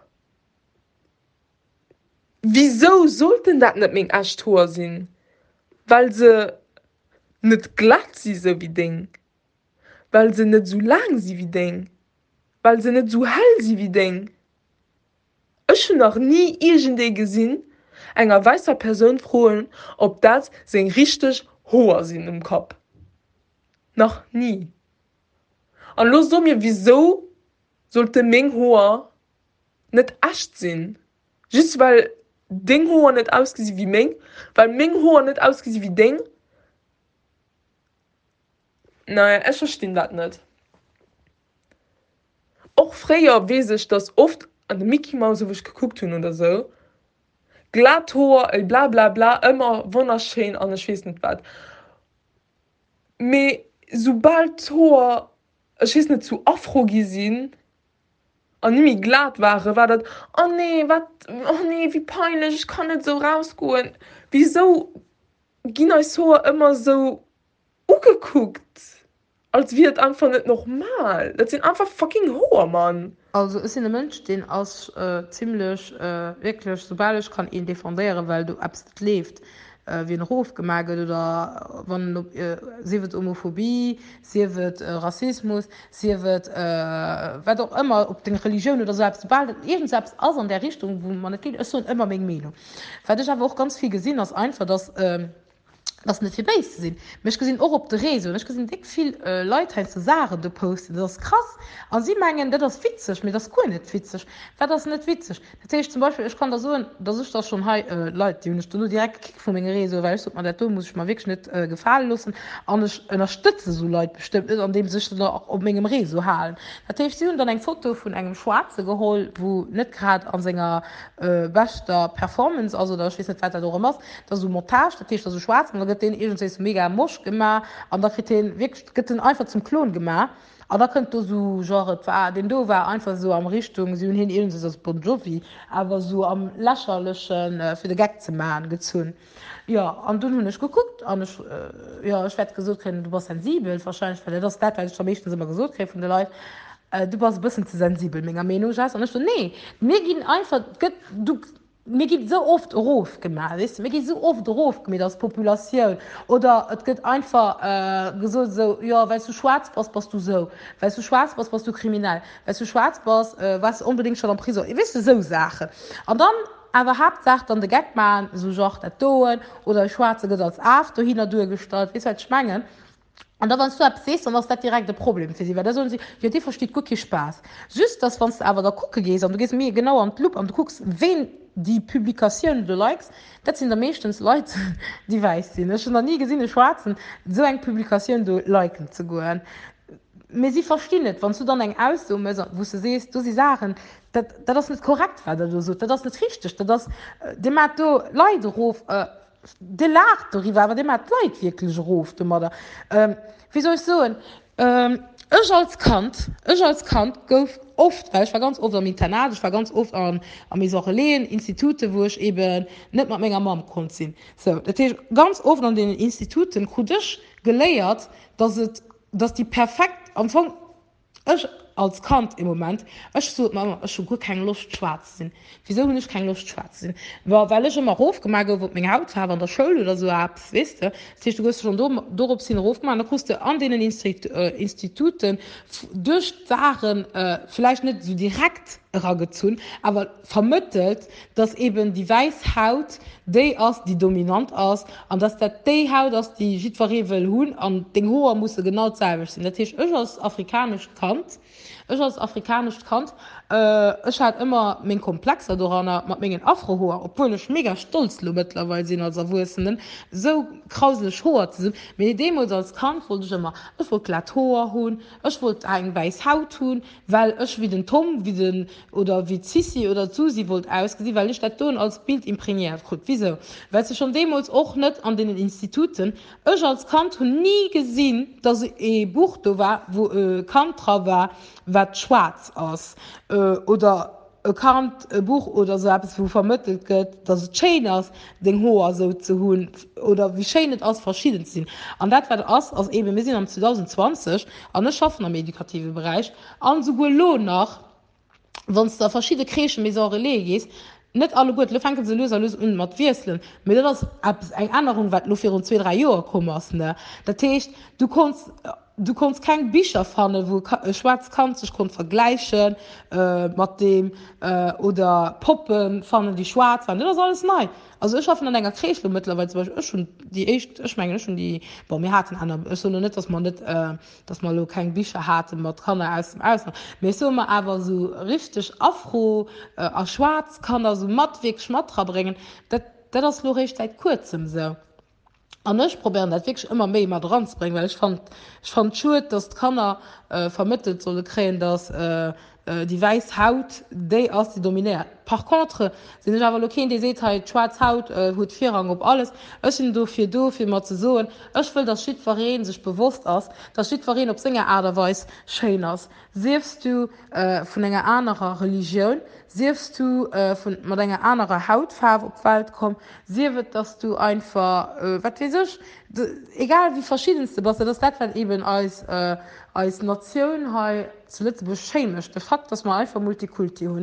Wieso sollten das nicht mein echt hoch sein? Weil sie nicht glatt sind so wie Ding. Weil sie nicht so lang sind wie Ding. Weil sie nicht so hell sind wie Ding. Ich habe noch nie irgendwie gesehen, einer weißen Person fragen, ob das sein richtig hoher sind im Kopf. Noch nie. Und los so mir, wieso sollte mein Haar nicht echt sein? Just weil Ding Haar nicht ausgesehen wie mein, weil mein Haar nicht ausgesehen wie Ding. Naja, ich verstehe das nicht. Auch früher weiß ich, dass oft an der Mickey Mouse, wo ich geguckt habe oder so, glatt Haar, bla bla bla, immer wunderschön und ich weiß nicht was. Aber sobald Haar, ich weiß nicht, zu Afro gesehen, und nicht mehr glatt war das, oh nee, wie peinlich, ich kann nicht so rausgehen. Wieso gehen euch so immer so angeguckt? Als wird einfach nicht normal. Das sind einfach fucking hohe, Mann. Also ist ein Mensch, den als ziemlich wirklich, sobald ich kann ihn defendieren, weil du absolut lebst, wie ein Ruf gemacht oder wenn sie wird Homophobie, sie wird Rassismus, sie wird was auch immer, ob den Religion oder so, sobald irgend selbst aus in der Richtung, wo man nicht geht, ist so immer meine Meinung. Weil ich habe auch ganz viel gesehen, als einfach, dass das nicht viel besser zu sehen. Ich habe gesehen, auch auf der Reise, und ich habe gesehen, dick viel Leute haben zu sagen, die posten, das ist krass. Und sie meinen, das ist witzig, mir das ist gar nicht witzig. Weil das ist nicht witzig. Das heißt zum Beispiel, ich kann da so, dass ich das schon Leute, die ich nur direkt gekickt von meiner Reise, weil ich so, da muss ich mal wirklich nicht gefallen lassen. Und ich unterstütze so Leute bestimmt nicht, an dem sich dann auch auf meinem Reise halten. Das heißt, sie haben dann ein Foto von einem Schwarzen geholt, wo nicht gerade an seiner besten Performance, also da ich weiß nicht weiter darum ist, dass so Montage, das heißt, so schwarz, und da geht den irgendwie so mega Mosch gemacht, und da geht den wirklich, geht den einfach zum Klon gemacht. Und da könnt du so, genre, den do war einfach so am Richtung, sie haben hin irgendwie so das Bon Jovi, aber so am lächerlichen, für den Gag zu machen, gezogen. Ja, und dann habe ich geguckt, und ich werde gesagt, du bist sensibel, wahrscheinlich, weil das, weil ich am meisten immer gesagt kriege von den Leuten, du bist ein bisschen zu sensibel, meine Meinung ist. Und ich so, nee, mir gehen einfach, mir geht so oft Ruf gemacht, weißt du? Mir geht so oft Ruf gemacht als Population. Oder es geht einfach gesagt so, ja, weil du schwarz bist, bist du so. Weil du schwarz bist, bist du kriminell. Weil du schwarz bist, warst du unbedingt schon in Prison. Ihr wisst so Sachen. Und dann, aber Hauptsache dann der Gagmann, so genre der Ton, oder der Schwarze geht als After durchgestellt, wie es halt schmengen. Und da, wenn du absiehst, dann ist das direkt ein Problem für sie, weil da sollen sie, ja, die versteht gut keinen Spaß. Just das, wenn du aber da gucken gehst, und du gehst mir genau an den Club, und du guckst, wen die Publikationen du likest, das sind da meistens Leute, die weiß sind. Ich habe schon noch nie gesehen, die Schwarzen, so eine Publikation du liken zu gehen. Aber sie verstehen nicht, wenn du dann eine Aussumme, wo du siehst, du sie sagen, das ist nicht korrekt, was du so, das ist nicht richtig, das ist, dem hat du Leute ruf, de lacht darüber, aber dem hat Leute wirklich ruft. Wie soll ich sagen? Ich als Kant gouf oft, weil ich war ganz oft am Internat, ich war ganz oft an Isoleen, Institute, wo ich eben nicht mit meiner Mom konnte sein. So, das heißt, ganz oft an den Instituten habe ich gelernt, dass die perfekt am Anfang, ich als Kant im Moment, ich so, Mama, ich habe gut keine Lust, schwarz zu sein. Wieso habe ich keine Lust, schwarz zu sein? Weil ich immer aufgemacht habe, wo meine Hautfarbe an der Schule oder so hab's, weißt du? Das heißt, du gehst schon darauf sind aufgemacht, dann kannst du an den Instituten durch Sachen, vielleicht nicht so direkt rangezogen, aber vermittelt, dass eben die Weißhaut die ist, die dominant ist, und dass das die Haut ist, die jitwari will hun, und den Hoher muss genau selber sein. Das heißt, ich als afrikanisch Kant, ich hatte immer meinen Komplex daran mit meinen Afrohaaren, obwohl ich mega stolz bin mittlerweile sind als Erwachsenen, so grauslich Haar zu sein. Meine Demo als Kant wollte ich immer, ich wollte glatt Haar haben, ich wollte eine weiße Haut haben, weil ich wie den Tom, oder wie Sissi oder Susi wollte ausgesehen, weil ich das dann als Bild imprägniert habe. Wieso? Weil sie schon damals auch nicht an den Instituten, ich als Kant habe nie gesehen, dass ein Buch da war, wo Kant drauf war, was schwarz ist. Oder ein Buch oder so etwas, wo vermittelt wird, dass es schön ist, den Haar so zu haben, oder wie schön es ist, verschieden zu sein. Und das war das, also eben, wir sind im 2020, und ich arbeite im edukativen Bereich, und sogar noch, wenn es da verschiedene Kreischen mit so ist, nicht alle gut, wir fangen sie lösen und mit Würsteln. Aber das ist eine Änderung, was für uns 2-3 Jahre kommen ist. Ne? Das heißt, du kannst kein Bücher finden, wo schwarz kannst sich vergleichen mit dem oder Puppen finden, die schwarz waren. Das ist alles neu. Also ich habe in einer Kreisschule mittlerweile zum Beispiel wir hatten andere, ich nicht, dass man nicht, dass man kein Bücher hatte, man kann aus dem Ausland. Wir sind aber so richtig Afro, schwarz kann da so mattweg Schmatter bringen. Das ist nur recht seit kurzem so. Und ich probiere das wirklich immer mehr mal dran zu bringen, weil ich fand schuld, dass die Kinder vermittelt sollen kriegen, dass die weiß Haut die aus die dominiert. Par contre sind ich aber okay, die seht halt schwarz Haut hat Vierrang ob alles. Ich bin für mal zu sagen, ich will das Schied verreden sich bewusst aus, das Schied verreden ob Singer Aderweis schön aus. Siehst du von einer anderen Religion, siehst du von mit einer anderen Hautfarbe auf die Welt kommen, siehst dass du einfach was weiß ich, egal wie verschiedenste was das wird eben als Nation halt zuletzt beschämt. Der Fakt, dass man einfach Multikulti haben.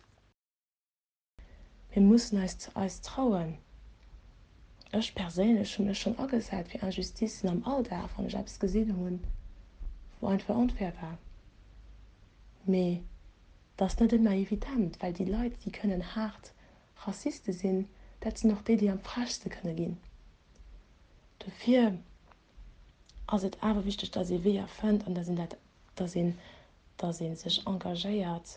Wir müssen uns trauen. Ich persönlich habe mir schon auch gesagt, wie Injustizen am Alltag von ich hab's gesehen habe, wo einfach unfair war. Aber das ist nicht immer evident, weil die Leute, die können hart Rassisten sind, das sind noch die am frischsten können gehen. Dafür ist es aber wichtig, dass sie wer findet und dass sie sich engagiert,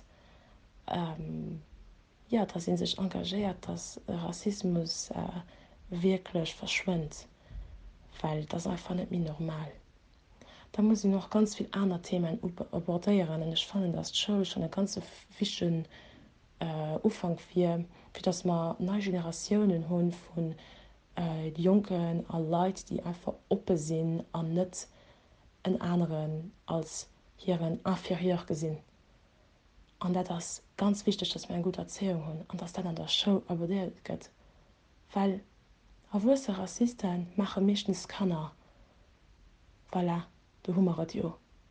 dass sie sich engagiert, dass Rassismus wirklich verschwindet, weil das einfach nicht mehr normal. Da muss ich noch ganz viele andere Themen abordieren und ich fand, dass die Schule schon einen ganz wichtigen Anfang für dass wir neue Generationen haben von Jungen und Leuten, die einfach offen sind und nicht einen anderen als ihren inferior gesehen. Und das ist ganz wichtig, dass wir eine gute Erziehung haben und dass das an der Schule abordiert wird. Weil gewisse Rassisten machen meistens keiner. Voilà, da haben wir es ja.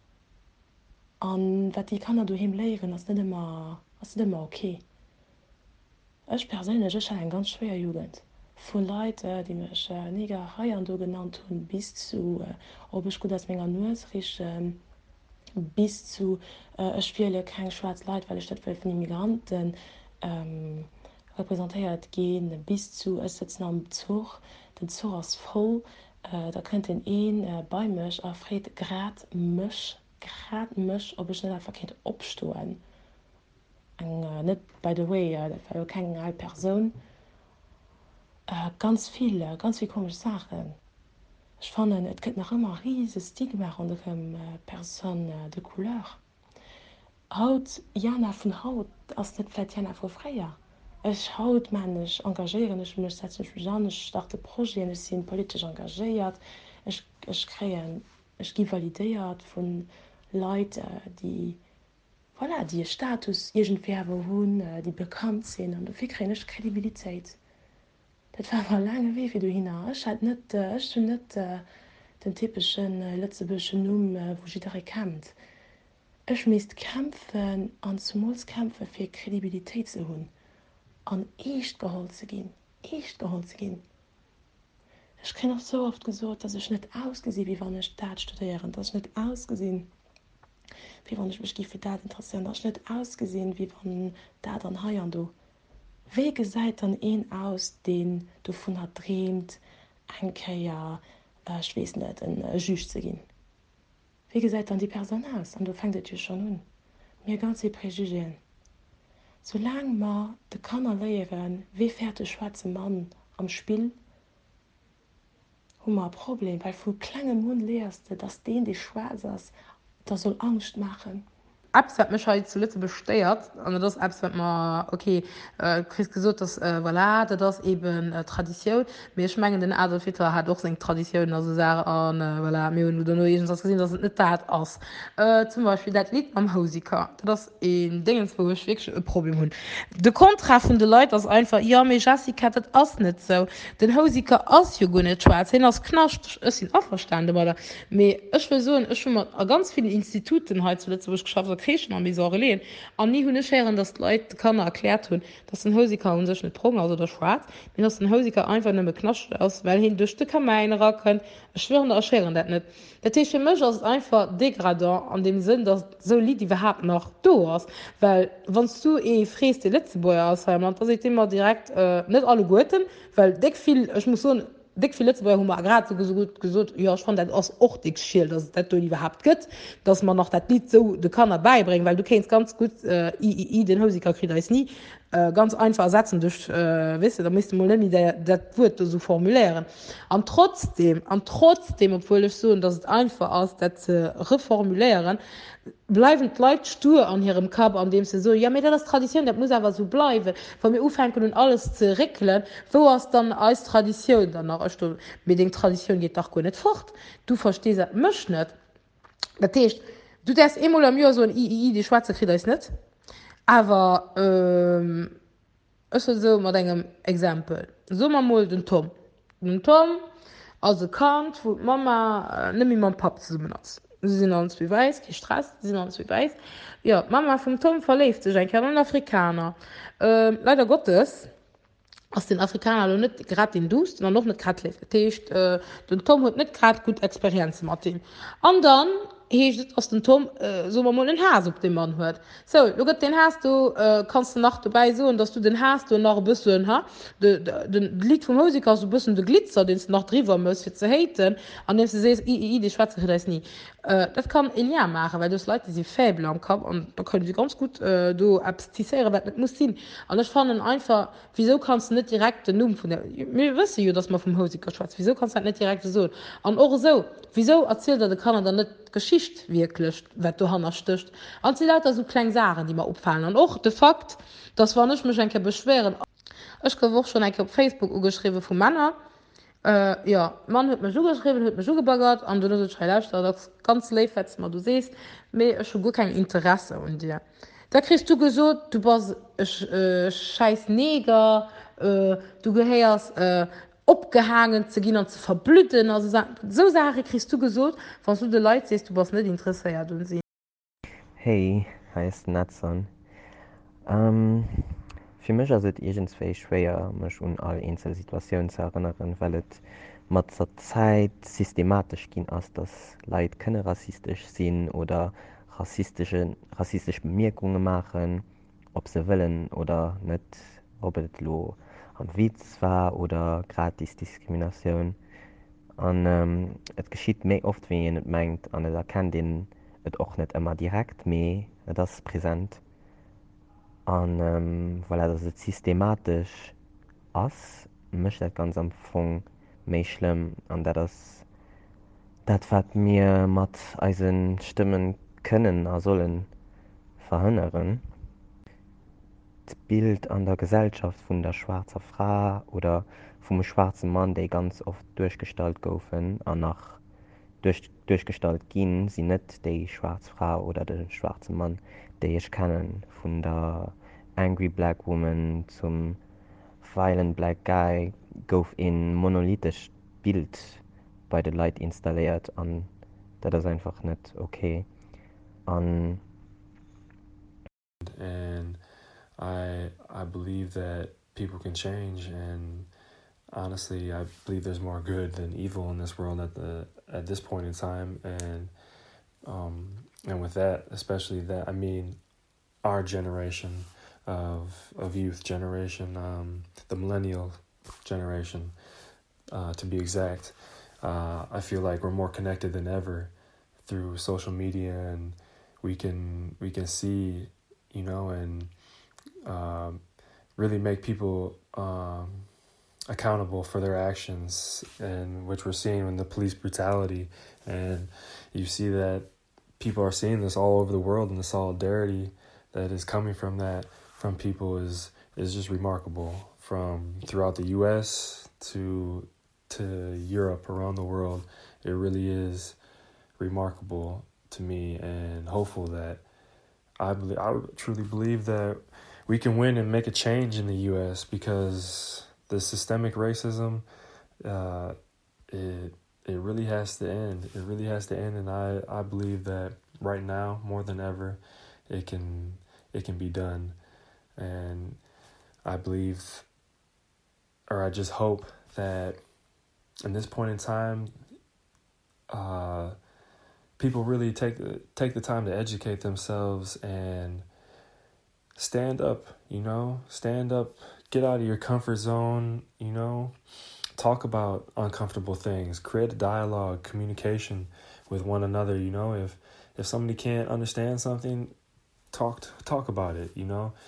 Und was die Kinder daheim lernen, ist nicht immer okay. Ich persönlich habe eine ganz schwere Jugend. Von Leuten, die mich Neger genannt haben, bis zu, ob ich gut aus meiner Nuss rieche, bis zu, ich spiele kein schwarzes Leid, weil ich das von Immigranten repräsentiert gehen, bis zu, ich sitze am Zug, der Zug ist voll, da könnte ein bei mich, fragt gerade mich, ob ich nicht einfach abstehen kann. Nicht, by the way, das war ja keine Person. Ganz viele komische Sachen. Ich fand, es gibt noch immer ein riesiges Stigma unter Personen de Couleur. Haut, Jana von Haut, ist nicht vielleicht Jana von Freier. Ich haut, ich engagiere mich, ich setze mich an, ich starte Projekte, ich bin politisch engagiert, ich gebe validiert von Leuten, die die Status irgendwie haben, die bekannt sind und dafür kriege ich Kredibilität. Das war aber lange Weg, wie du hinaus. Ich hatte nicht den typischen letztebischen Namen, wo jeder kämpft. Ich musste kämpfen und zumal kämpfen für Kredibilität zu haben. Und echt geholt zu gehen. Ich kriege noch so oft gesagt, dass ich nicht ausgesehen wie wenn ich das studiere. Dass ich nicht ausgesehen wie wenn ich mich für das interessiere. Dass ich nicht ausgesehen wie wenn das dann hier und da. Wege seid dann aus, den du davon hat träumt, ich weiß nicht, in Juge zu gehen. Wege seid dann die Person aus, und du fängst es ja schon an. Mir ganze Präjugien. Solange wir die Kinder lehren, wie fährt der schwarze Mann am Spiel, haben wir ein Problem, weil von kleinem Mund lehrst du, dass die schwarz ist, das soll Angst machen. Apps hat mich halt zuletzt besteuert und das Apps wird man okay kriegst gesagt dass voilà das eben Tradition mir schmengen den Adolf Hitler hat auch seine Tradition also sagen voilà mir nur das gesehen dass es nicht tat aus zum Beispiel das Lied am Hausiker das in Dingen wo ich wirklich ein Problem habe der Kontra von den Leuten ist einfach ja mir Jessica das ist nicht so den Hausiker ist ja gar nicht schwarz hin aus knascht ist ihn auch verstanden oder mir ich will so ich schon mal ganz viele Instituten heute zuletzt wo ich geschafft habe an mis lehen an nie hunne scheren dat Leiit kann erklärt hun dat den Hosiker hun sech net Drogen also der schwarz wenn das den Hosiker einfach nëmme knascht aus weil hin duchte kann meiner können schwren erscheren dat net der tesche Mch ist einfach degradant an dem Sinn dat so lied die überhaupt noch do hast weil wannst du fries die letzte Boer aus Land da se immer direkt net alle Guten weil deck viel ich muss so dick viel letzte Woche gerade so gut gesagt ja ich fand das aus auch dick schild dass das überhaupt gibt dass man noch das Lied so du kann beibringen weil du kennst ganz gut den Hosiker kriegt das nie ganz einfach ersetzen durch wissen da müsste man nämlich das Wort so formulieren und trotzdem obwohl ich so dass es einfach aus das reformulieren bleiben die Leute stur an ihrem Kopf, an dem sie so, ja, mir das ist Tradition, das muss aber so bleiben. Von mir aufhängen und alles zu regeln, wo ist dann als Tradition danach? Mit den Tradition geht doch gar nicht fort. Du verstehst das mich nicht. Das heißt, du darfst einmal am Jahr so ein III, die Schwarze kriegt das nicht. Aber, ist so mit einem Exempel. So mal den Tom. Den Tom, also Kant, wo Mama nicht mit meinem Papa zusammen ist. Sie sind uns wie weiß, kein Stress, sie sind uns wie weiß. Ja, Mama vom Tom verlebt sich ein kleiner Afrikaner. Leider Gottes, aus den Afrikanern nicht gerade den Durst, sondern noch nicht gerade lebt. Das heißt, den Tom hat nicht gerade gut Experience mit ihm. Und dann heißt aus dem Tom, so mal einen Has auf den Mann hört. So, du den hast du, kannst du noch dabei so, dass du den hast du noch ein bisschen, ha? Den Lied vom Musiker so ein bisschen der Glitzer, den du noch drüber musst, für zu haten. Und dann siehst du, die Schwarze kriegt das nie. Das kann ein Jahr machen, weil das Leute, die Fäbel am Kopf, und da können sie ganz gut, du abstizieren, was nicht muss sein. Und ich fand einfach, wieso kannst du nicht direkt den Namen von der, wir wissen ja, dass man vom Musiker schwarz, wieso kannst du das nicht direkt so? Und auch so, wieso erzählt der Kanada nicht Geschichte wirklich, was du Hannah stößt? Und sie lauter so kleine Sachen, die mir auffallen. Und auch der Fakt, dass wir nicht mich ein beschweren. Ich habe auch schon auf Facebook geschrieben von Männern, ja, man hat mir so geschrieben, hat mir so gebaggert, und du hast gesagt, das ganz live, jetzt mal du siehst, aber ich habe gar kein Interesse an dir. Da kriegst du gesagt, du bist scheiß Neger, du gehörst abgehangen zu gehen und zu verblüten. Also so Sachen kriegst du gesagt, wenn du den Leuten siehst, du bist nicht interessiert an sie. Hey, heißt Natson. Für mich ist es irgendwie schwer, mich an alle Einzelsituationen zu erinnern, weil es mit der Zeit systematisch ging, dass Leute keine rassistisch sind oder rassistische Bemerkungen machen, ob sie wollen oder nicht, ob es ein Witz war oder gratis Diskrimination. Und es geschieht mehr oft, wenn ihr nicht meint, und ich erkenne es auch nicht immer direkt, mehr das ist präsent. Und weil das systematisch ist, möchte ich das ganz am Anfang mehr schlimm. Und das was wir mit unseren Stimmen können oder sollen verhindern. Das Bild an der Gesellschaft von der schwarzen Frau oder vom schwarzen Mann, die ganz oft durchgestellt werden und nach durchgestellt gehen, sind nicht die schwarze Frau oder der schwarze Mann, die ich kenne, von der Angry Black Woman zum Violent Black Guy, gouf in monolithisch Bild bei den Leuten installiert, und das ist einfach nicht okay. And I believe that people can change, and honestly, I believe there's more good than evil in this world at this point in time, and with that, especially that, I mean, our generation of youth generation, the millennial generation, to be exact. I feel like we're more connected than ever through social media, and we can see, you know, and really make people accountable for their actions, and which we're seeing in the police brutality. And you see that people are seeing this all over the world, and the solidarity that is coming from people is just remarkable, from throughout the US to Europe, around the world. It really is remarkable to me, and hopeful that I truly believe that we can win and make a change in the US, because the systemic racism, it really has to end. It really has to end, and I believe that right now, more than ever, it can be done. And I believe, or I just hope that in this point in time, people really take the time to educate themselves and stand up, get out of your comfort zone, talk about uncomfortable things, create a dialogue, communication with one another. If somebody can't understand something, talk about it,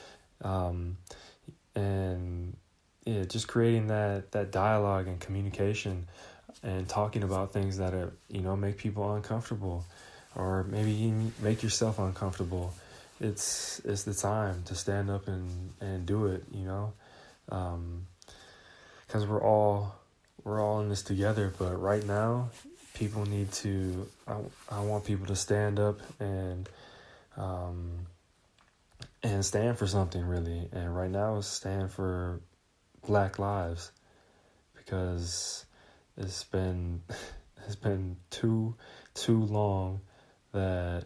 and yeah, just creating that dialogue and communication, and talking about things that are, make people uncomfortable. or maybe you make yourself uncomfortable. It's the time to stand up and do it, you know, because we're all in this together. But right now, people need to. I want people to stand up and stand for something really. And right now, it's stand for Black lives, because it's been too long that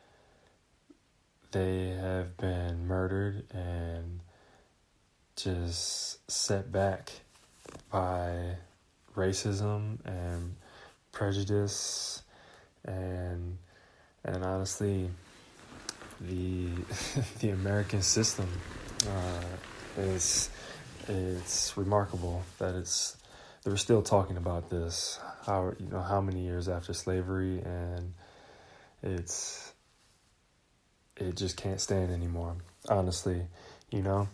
they have been murdered and just set back by racism and prejudice and honestly the American system. It's remarkable that they're still talking about this, how many years after slavery, and it just can't stand anymore, honestly, you know.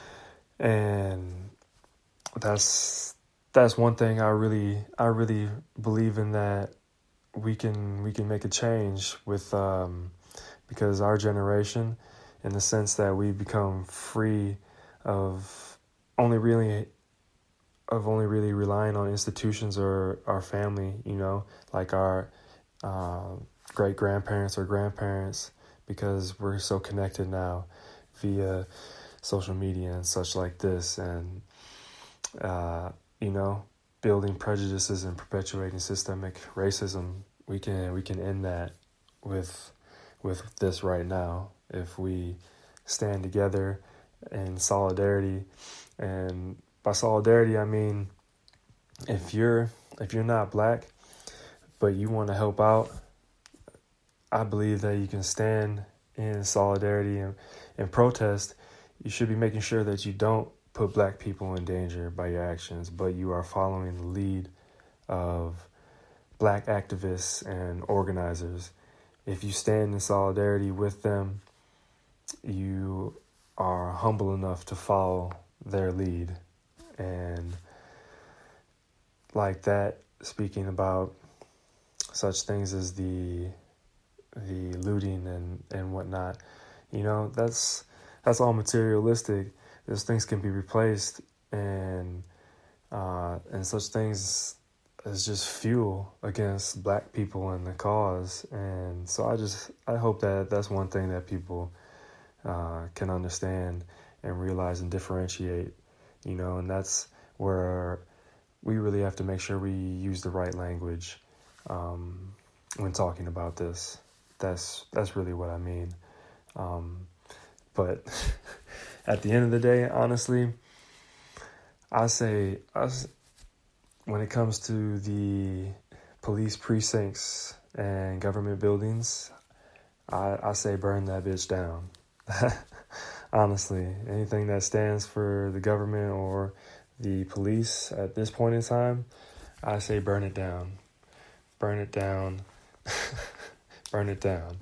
And that's one thing I really believe in, that we can make a change with because our generation, in the sense that we become free of only really relying on institutions or our family, you know, like our great grandparents or grandparents, because we're so connected now via social media and such like this, and you know, building prejudices and perpetuating systemic racism. We can end that with this right now if we stand together in solidarity. And by solidarity, I mean if you're not Black but you want to help out, I believe that you can stand in solidarity and protest. You should be making sure that you don't put Black people in danger by your actions, but you are following the lead of Black activists and organizers. If you stand in solidarity with them, you are humble enough to follow their lead. And like that, speaking about such things as the looting and whatnot, you know, that's all materialistic. Those things can be replaced, and such things as just fuel against Black people and the cause. And so I hope that that's one thing that people can understand and realize and differentiate, you know. And that's where we really have to make sure we use the right language when talking about this. That's really what I mean. But at the end of the day, honestly, I say when it comes to the police precincts and government buildings, I say burn that bitch down. Honestly, anything that stands for the government or the police at this point in time, I say burn it down. Burn it down. Burn it down.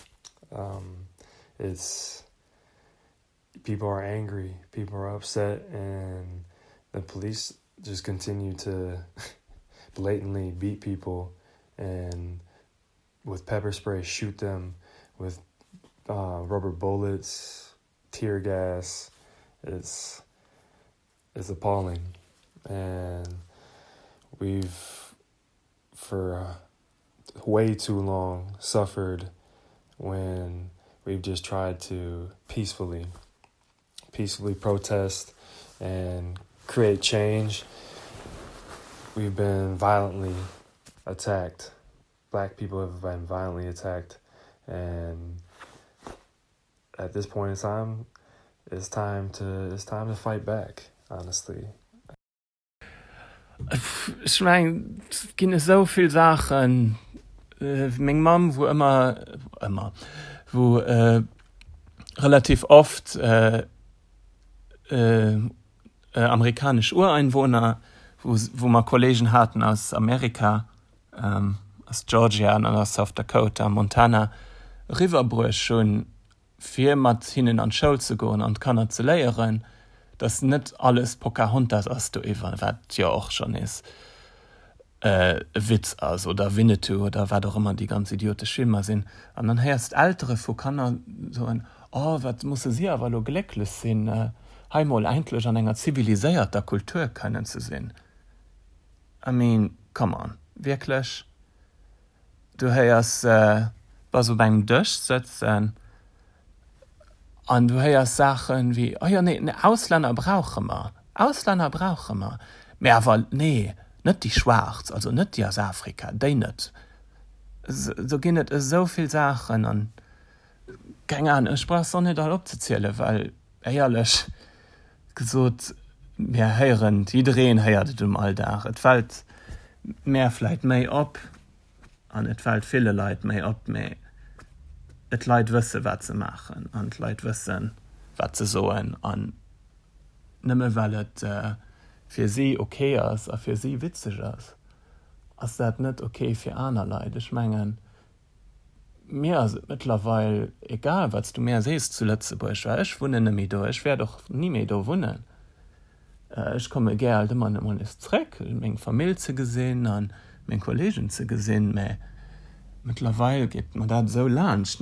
People are angry, people are upset, and the police just continue to blatantly beat people and with pepper spray shoot them with rubber bullets, tear gas. It's appalling. And we've for way too long suffered when we've just tried to peacefully protest and create change. We've been violently attacked. Black people have been violently attacked, and at this point in time, it's time to fight back, honestly. Ich meine, es gibt so viele Sachen. Meine Mom, wo relativ oft amerikanische Ureinwohner, wo wir Kollegen hatten aus Amerika, aus Georgia und aus South Dakota, Montana, Riverbruch schon viel mit hinnen an Schule zu gehen und kann zu lehren, dass nicht alles Pocahontas ist, was ja auch schon ist. Witz aus oder Winnetou oder was auch immer die ganz idiotisch Filme sind. Und dann hörst ältere wo kann er so ein, oh, was muss sie aber nur glücklich sein, einmal eigentlich an einer zivilisierter Kultur können zu sehen. I mean, come on, wirklich. Du hörst, was so beim Durchsetzen und du hörst Sachen wie, oh ja, nee, Ausländer brauchen wir. Mehr aber, nee, nicht die Schwarz, also nicht die aus Afrika, die nicht. So gehen es so viele Sachen und keine Ahnung, ich brauche es auch nicht all abzuzählen, weil, ehrlich gesagt, wir hören, jeder hört im Alltag. Es fällt mehr vielleicht mehr ab und es fällt viele Leute mehr ab, mehr. Die Leute wissen, was sie machen und die Leute wissen, was sie sollen und nicht mehr, weil es für sie okay ist und für sie witzig ist. Ist das nicht okay für andere Leute? Ich meine, mir ist mittlerweile egal, was du mehr siehst zu Lützeburg, weil ich wohne nicht mehr da, ich werde doch nie mehr da wohnen. Ich komme gerne immer ins Dreck, meine Familie zu sehen und meine Kollegen zu sehen, aber mittlerweile geht man das so leicht,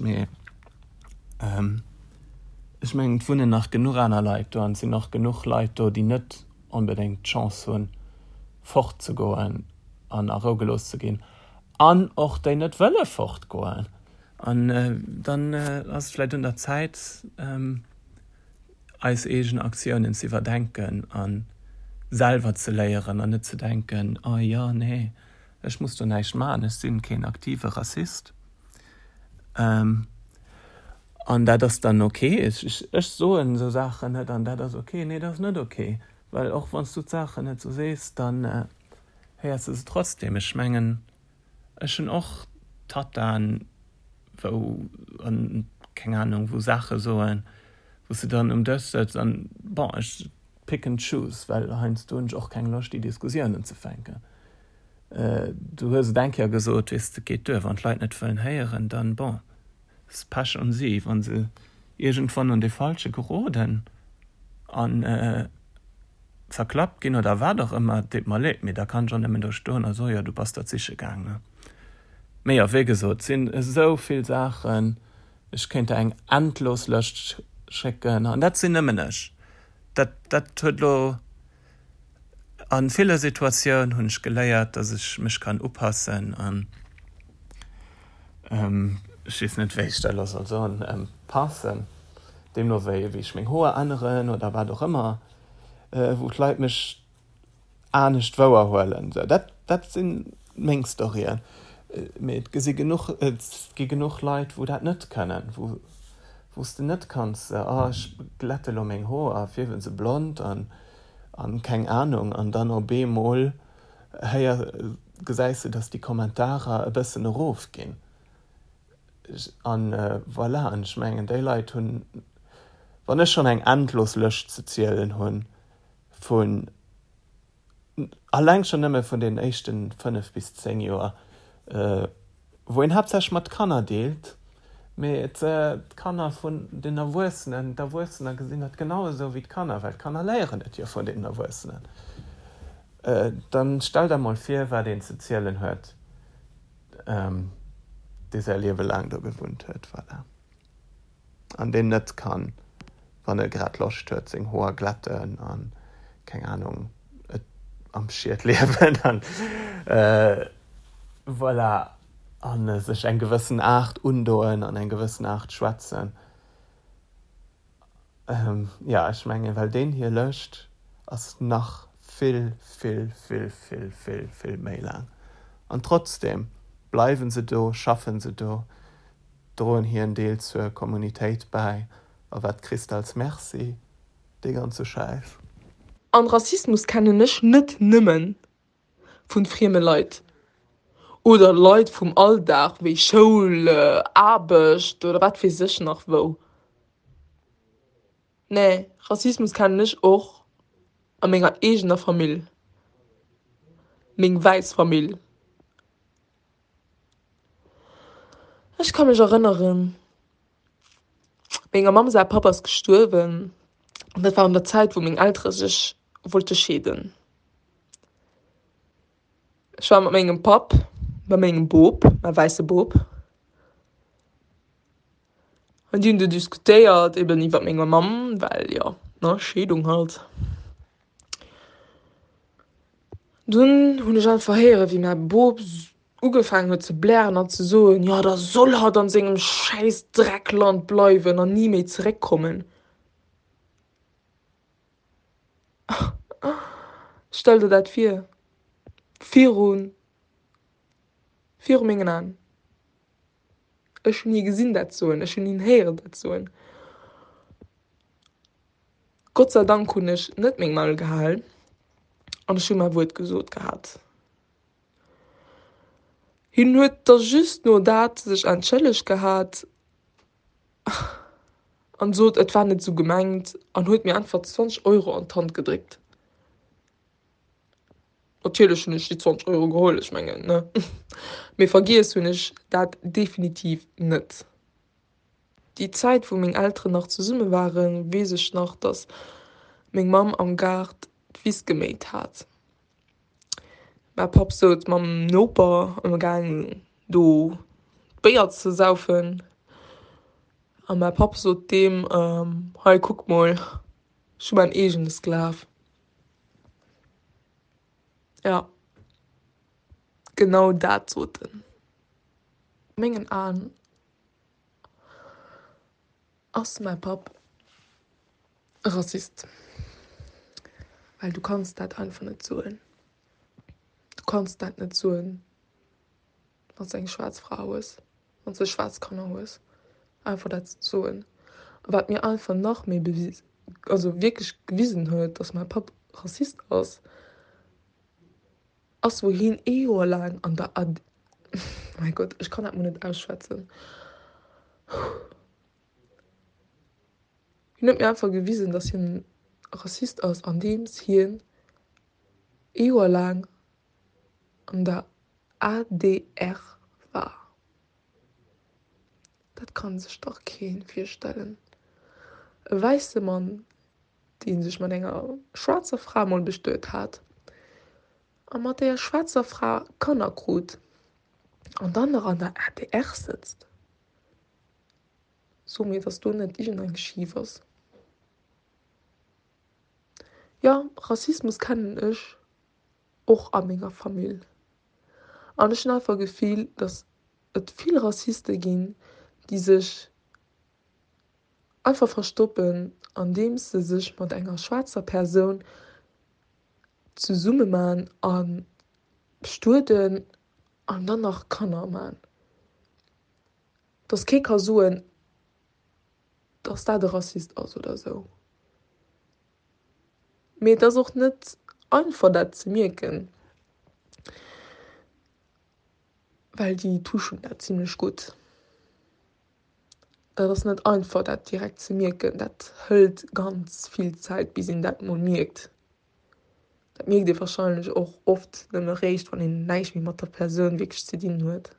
ich meine, ich wohne noch genug anderer Leute da und sind noch genug Leute da, die nicht unbedingt die Chance haben, fortzugehen und auch loszugehen. Und auch die nicht wollen fortgehen. Und dann ist es vielleicht in der Zeit, als eigene Aktionen zu überdenken und selber zu lernen und nicht zu denken, oh ja, nee, ich muss doch nicht machen, ich bin kein aktiver Rassist. Und das dann okay ist. Ich so in so Sachen nicht, und das ist okay, nee, das ist nicht okay. Weil auch wenn du Sachen nicht so siehst, dann hörst du es trotzdem. Ich meine, ich bin auch Tatan, wo, und keine Ahnung, wo Sachen so, wo sie dann das setzt, und boah, ich pick and choose, weil Heinz, du hast auch keine Lust, die Diskussionen zu fangen. Du hast ja gesagt, es geht durch, wenn die Leute nicht wollen hören, dann boah, es passt an sie, wenn sie irgendwann an die falsche geraten und verklappt gehen, oder war doch immer, das mal lebt mir, da kann schon immer durchstehen, also ja, du bist da sicher gegangen. Ne? Mehr, wie gesagt, sind so viele Sachen, ich könnte ein endlos Lust schicken, und das sind immer nicht. Das tut an vielen Situationen habe ich gelernt, dass ich mich kann aufpassen und ich weiß nicht, wie ich das soll sagen, passen, dem nur wie ich mich hohe anderen oder was auch immer, wo die Leute mich auch nicht wollen. Das sind meine Storien. Es gibt genug Leute, die das nicht können, wo du nicht kannst, ich glätte meine Haare, für wenn sie blond und keine Ahnung, und dann auch B-Moll, gesagt, dass die Kommentare ein bisschen raufgehen. Und voilà, und ich meine, die Leute haben, wenn ich schon ein endlos Lust zu zählen habe, von allein schon nicht mehr von den ersten 5 bis 10 Jahren, wohin hauptsächlich mit Kanner dealt, mit Kanner von den Erwachsenen, der Erwachsenen gesehen hat, genauso wie die Kanner, weil Kanner lernen das ja von den Erwachsenen. Dann stell dir mal vor, wer den zu zählen hat, dieser Leben lang da gewohnt hat, voilà. An den nicht kann, wenn gerade Lust hat, sich hoher Glatten und keine Ahnung, am Schild leben, dann voilà, und sich eine gewisse Art undoen und eine gewisse Art schwatzen. Ja, ich meine, weil den hier löscht, ist noch viel mehr lang. Und trotzdem bleiben sie da, schaffen sie da, drohen hier ein Teil zur Kommunität bei, aber was kriegst du als Merci, die ganze Scheiß. An Rassismus kann ich nicht nehmen von fremden Leuten. Oder Leute vom Alltag, wie Schule, Arbeit oder was weiß ich noch wo. Nee, Rassismus kann ich auch an meiner eigenen Familie. Meine weiße Familie. Ich kann mich erinnern, meine Mama und Papa ist gestorben. Und das war in der Zeit, wo meine Eltern sich wollte scheiden. Ich war mit meinem Pap, bei meinem Bob, mein weißer Bob. Und die haben diskutiert eben über meine Mom, weil ja, ne, Scheidung halt. Dann habe ich einfach gehört, wie mein Bob angefangen hat zu blären und zu sagen, ja, da soll er an seinem scheiß Dreckland bleiben und nie mehr zurückkommen. Stell dir das vor. Vier Mengen an. Ich habe nie gesehen dazu, ich habe nie gehört dazu. Gott sei Dank habe ich nicht mehr mal gehalten und ich habe mein Wort gesagt gehabt. Hin hat das just nur dat sich entschuldigt gehabt und so, es war nicht so gemeint und hat mir einfach 20 Euro an die Hand gedrückt. Natürlich nicht die 20 Euro geholt, ich meine, ne? Mir vergiss ich das definitiv nicht. Die Zeit, wo meine Eltern noch zusammen waren, weiß ich noch, dass meine Mom am Garten die Wiese gemäht hat. Mein Papa so mit meinem Opa am Gang do Bier zu saufen. Und mein Papa so dem, hey, guck mal, ich bin ein eigenes Sklav. Ja. Genau das so denn. Mengen an. Aus mein Papa Rassist. Weil du kannst das einfach nicht sagen. Du kannst das nicht sagen, wenn es eine schwarze Frau ist, wenn es eine schwarze Kanne ist. Einfach das zu sagen. Was mir einfach noch mehr bewiesen, also wirklich gewiesen hat, dass mein Papa Rassist ist, als wohin lang an der mein Gott, ich kann das mal nicht ausschwätzen. Ich habe mir einfach gewiesen, dass ich ein Rassist ist, an dem es hier lang an der ADR war. Das kann sich doch keiner vorstellen. Ein weißer Mann, den sich mit einer schwarzen Frau mal bestört hat, und mit der schwarzen Frau kann er gut. Und dann noch an der ADR sitzt. So mir, dass du nicht irgendein schief ist. Ja, Rassismus kenne ich auch an meiner Familie. Und ich habe einfach das Gefühl, dass es viele Rassisten gibt, die sich einfach verstoppen, indem sie sich mit einer schwarzen Person zusammen machen und bestürden und dann noch Kanner machen. Das kann keiner sagen, dass da der Rassist ist oder so. Mir das auch nicht einfach das zu merken. Weil die tuschen das ziemlich gut. Das ist nicht einfach, das direkt zu merken. Das hält ganz viel Zeit, bis ihn das mal merkt. Das merkt ihr wahrscheinlich auch oft, wenn man recht, wenn ihr nicht mehr mit der Person wirklich zu dienen hat.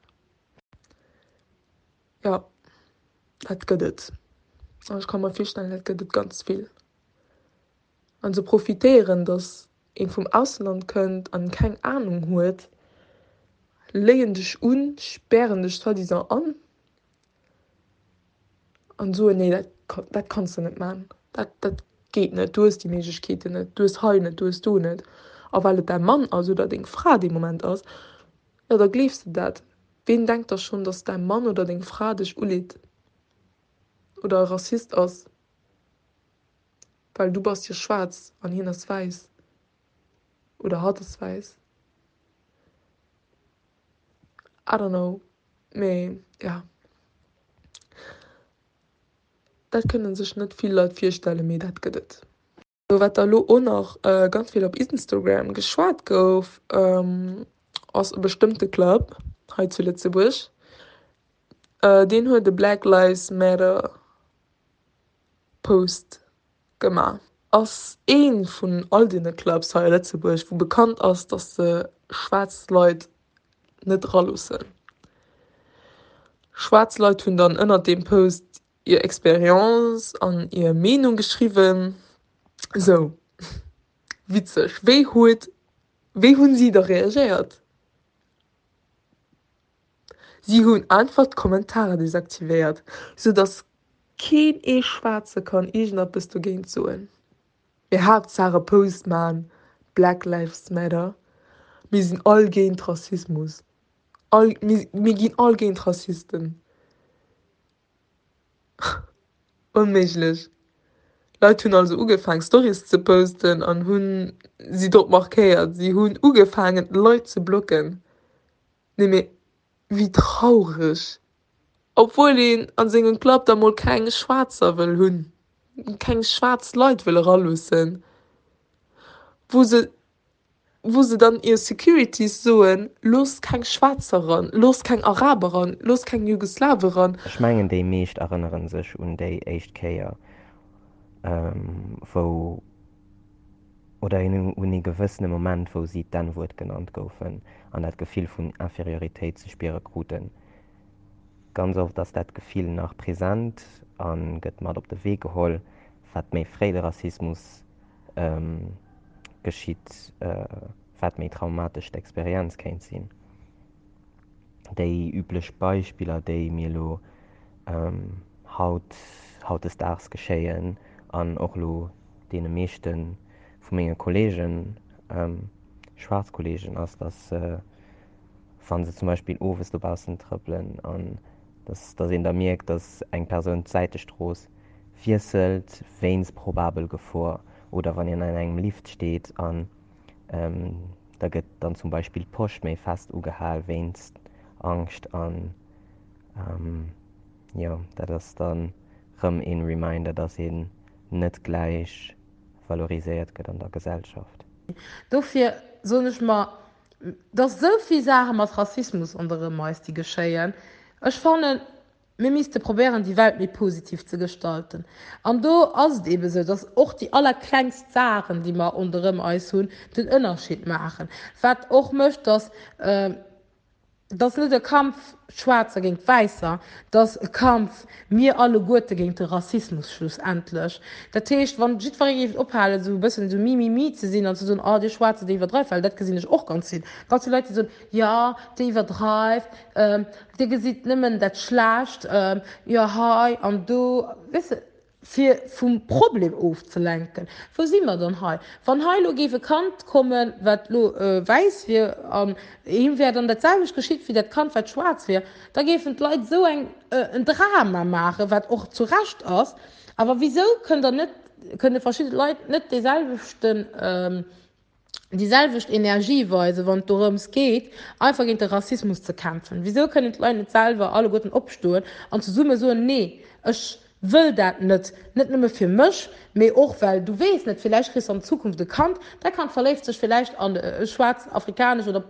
Ja, das geht es. Ich kann mir vorstellen, das geht ganz viel. Und so profitieren, dass ihr vom Ausland könnt und keine Ahnung hat, legen dich un, sperren dich zwar dieser an und so, nee, das kannst du nicht machen. Das geht nicht, du hast die Möglichkeiten nicht, du hast heute nicht, du hast du nicht. Aber weil es dein Mann ist oder deine Frau im Moment ist, ja, da glaubst du das. Wen denkt das schon, dass dein Mann oder deine Frau dich anlegt? Oder Rassist ist? Weil du bist ja schwarz und hier ist weiß. Oder hat es weiß. I don't know. Aber ja. Das können sich nicht viele Leute vorstellen, wie das geht. So, was da auch noch ganz viel auf Instagram geschwärzt gouf, aus einem bestimmten Club, hier zu Lützeburg. Den hat der Black Lives Matter Post gemacht. Als ein von all den Clubs hier in Lützeburg, wo bekannt ist, dass die schwarze Leute nicht rauslassen. Schwarze Leute haben dann unter dem Post ihre Experience und ihre Meinung geschrieben. So, witzig. Wie haben sie da reagiert? Sie haben einfach die Kommentare desaktiviert, sodass kein Schwarze kann irgendetwas dagegen tun. Wir haben Sarah Postman, Black Lives Matter. Wir sind all gegen Rassismus. Wir gehen all gegen Rassisten. Unmöglich. Leute haben also angefangen, Stories zu posten und haben sie dort markiert. Sie haben angefangen, Leute zu blocken. Nee, wie traurig. Obwohl ihn an seinem Club da mal kein Schwarzer will haben. Kein schwarz Leute will ranlassen. Wo sie dann ihr Securities suchen, los kein Schwarzer ran, los kein Araber ran, los kein Jugoslawer ran. Ich meine, die meisten erinnern sich an die Echtkehr, wo oder in einem gewissen Moment, wo sie dann Wort genannt goen an das Gefühl von Inferiorität zu spüren kriegen. Ganz oft ist das Gefühl noch präsent und wird mal auf den Weg geholt, was mehr freie Rassismus geschieht, was mehr traumatische Experienz kann sein. Die üblichen Beispiele, die mir haut des Tages geschehen und auch die meisten von meinen Kollegen, Schwarzkollegen, als das, wenn sie zum Beispiel Oves draußen trippeln und dass in der merkt, dass eine Person die Seitenstraße wechselt, wenn es probabel Gefahr oder wenn ihr in einem Lift steht und da geht dann zum Beispiel Post mehr fest angehalten, wenn es Angst und ja, das ist dann ein Reminder, dass ihn nicht gleich valorisiert wird in der Gesellschaft. Dafür so nicht mal, dass so viele Sachen mit Rassismus unter meist die geschehen. Ich fand, wir müssten probieren, die Welt mehr positiv zu gestalten. Und da ist es eben so, dass auch die allerkleinsten Sachen, die wir unter uns haben, den Unterschied machen. Was auch möchte, dass das nicht der Kampf Schwarzer gegen Weißer, das ein Kampf mir alle Gute gegen den Rassismus schlussendlich. Das heißt, wenn ich versuche aufhalten, so ein bisschen so Mimimi zu sehen und zu sagen, oh, die Schwarze, die übertreibt, weil das gesehen ich auch ganz viel. Ganz viele Leute die sagen, ja, die übertreibt, die sieht nicht mehr das schlecht, ja, hi, und du, weißt du, für vom Problem aufzulenken. Wo sind wir dann heute? Wenn heute gegen Kant kommen, was weiß wir, ihm wäre dann dasselbe geschieht, wie das Kant, was schwarz wäre, da geben die Leute so ein Drama machen, was auch zu Recht ist. Aber wieso können verschiedene Leute nicht dieselbe Energieweise, wenn es darum geht, einfach gegen den Rassismus zu kämpfen? Wieso können die Leute nicht selber alle guten abstehen und zu summen so, nee, ich will das nicht nur für mich, aber auch, weil du weißt nicht, vielleicht kriegst du in Zukunft den Kant, der Kant verläuft sich vielleicht an schwarz, afrikanisch oder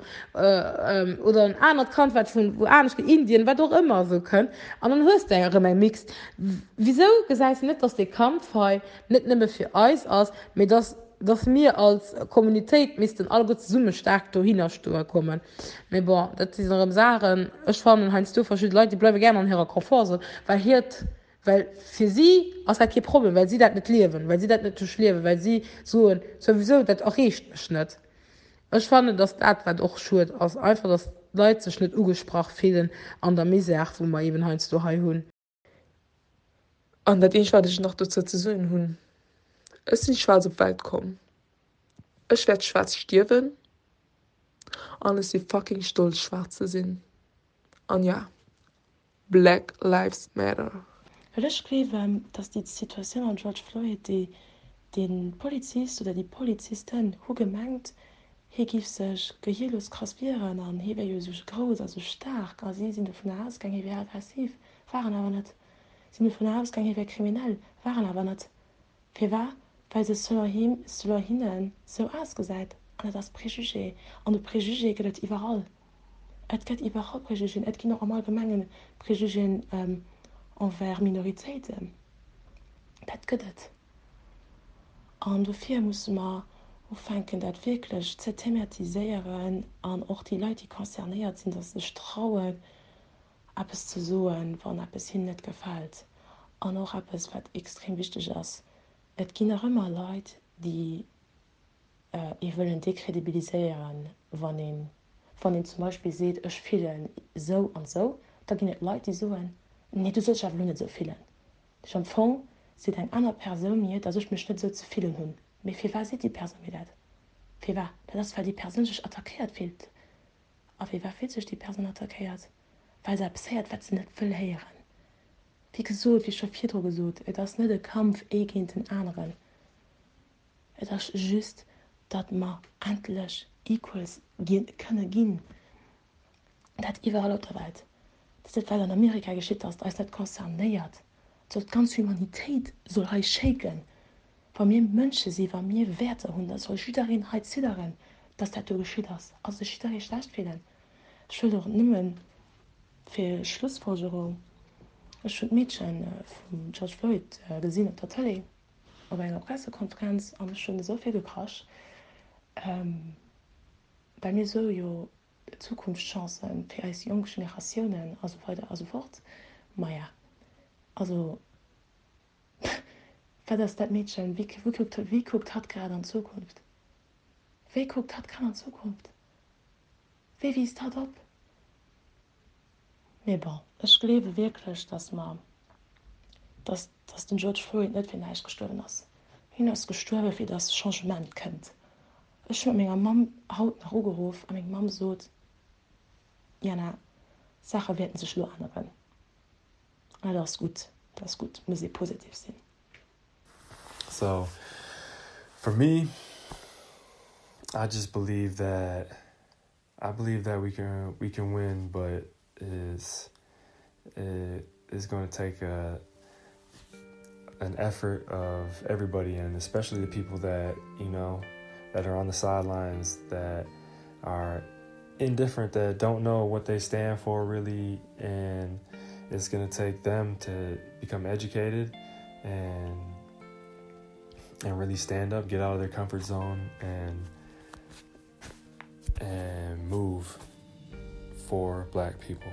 ein anderes Kant, was von woanders, Indien, was auch immer so können. Und dann hörst du ja immer Mix. Wieso gesagt nicht, dass der Kant nicht nur für uns ist, aber dass wir als Kommunität müssten alle gut zusammen stark dahin kommen. Aber bon, das sind noch Sachen, ich fand, Heinz, du verschiedene Leute, die bleiben gerne an ihrer Komfort, weil für sie ist das kein Problem, weil sie das nicht leben, weil sie das nicht durchleben, weil sie so sowieso das auch richtig nicht. Ich fand, dass das auch schuld ist, einfach, dass Leute sich nicht angesprochen fühlen an der Misere, wo wir eben Heinz daheim haben. Und das was ich noch dazu zu sagen habe. Ich bin schwarz auf die Welt gekommen. Ich werde schwarz sterben. Und ich bin fucking stolz, schwarz zu sein. Und ja, Black Lives Matter. Ich glaube, dass die Situation an George Floyd, den Polizist oder die Polizistin gemeint, hier gibt sich gehirlos krass wehren und hier wäre so groß, also stark. Also sie sind davon ausgegangen, hier wäre aggressiv, waren aber nicht. Sie sind davon ausgegangen, hier wäre kriminell, waren aber nicht. Für was? Weil sie so hinnen so ausgesagt. Und das Präjugé. Und das Präjugé geht überall. Es geht überall Präjugé. Es gibt auch am Allgemeinen Präjugé envers Minoritäten. Das geht es. Und dafür muss man anfangen, das wirklich zu thematisieren und auch die Leute, die konzerniert sind, dass sie sich trauen, etwas zu sagen, wenn etwas ihnen nicht gefällt. Und auch etwas, was extrem wichtig ist. Es gibt auch immer Leute, die wollen dekredibilisieren, wenn ihnen zum Beispiel sieht, ich fühle so und so, da gehen nicht Leute, die sagen, nee, du sollst einfach nicht so fühlen. Ich am Anfang sieht eine andere Person mir, dass ich mich nicht so zu fühlen habe. Aber für was sieht die Person mir das? Für was? Das ist, weil die Person sich attackiert fühlt. Aber für was fühlt sich die Person attackiert? Weil sie etwas hört, was sie nicht will hören. Wie gesagt, wie schon vorher gesagt, das ist nicht ein Kampf gegen den anderen. Es ist just, dass wir endlich Equals können gehen. Das überall auf der Welt. Das ist, weil in Amerika geschieht, dass das nicht konzerniert. So, die ganze Humanität soll halt shaken. Wenn wir Menschen sind, wenn wir Werte haben, das soll jederin halt zittern, dass das geschieht. Also, ich will schlecht fühlen. Ich will doch nicht mehr für Schlussfolgerung. Ich habe Mädchen von George Floyd gesehen auf der Tele, auf einer Pressekonferenz, und ich habe so viel gekrascht. Bei mir so, ja, Zukunftschancen für als junge Generationen, also weiter, also fort. Aber ja, also, weil das Mädchen, wie guckt hat gerade an Zukunft? Wie guckt hat gerade an Zukunft? Wie wiest hat ab? Aber bon, ich glaube wirklich, dass den George Floyd nicht wie nicht gestorben ist. Er ist gestorben, wie das Changement kommt. Ich habe meiner Mom haut nach Ruhe gerufen und meine Mom sagt, ja, na, Sachen werden sich nur ändern. Und das ist gut, muss ich positiv sein. So, for me, I just believe that we can win, but it is going to take an effort of everybody, and especially the people that that are on the sidelines, that are indifferent, that don't know what they stand for really, and it's going to take them to become educated and really stand up, get out of their comfort zone, and move for Black people.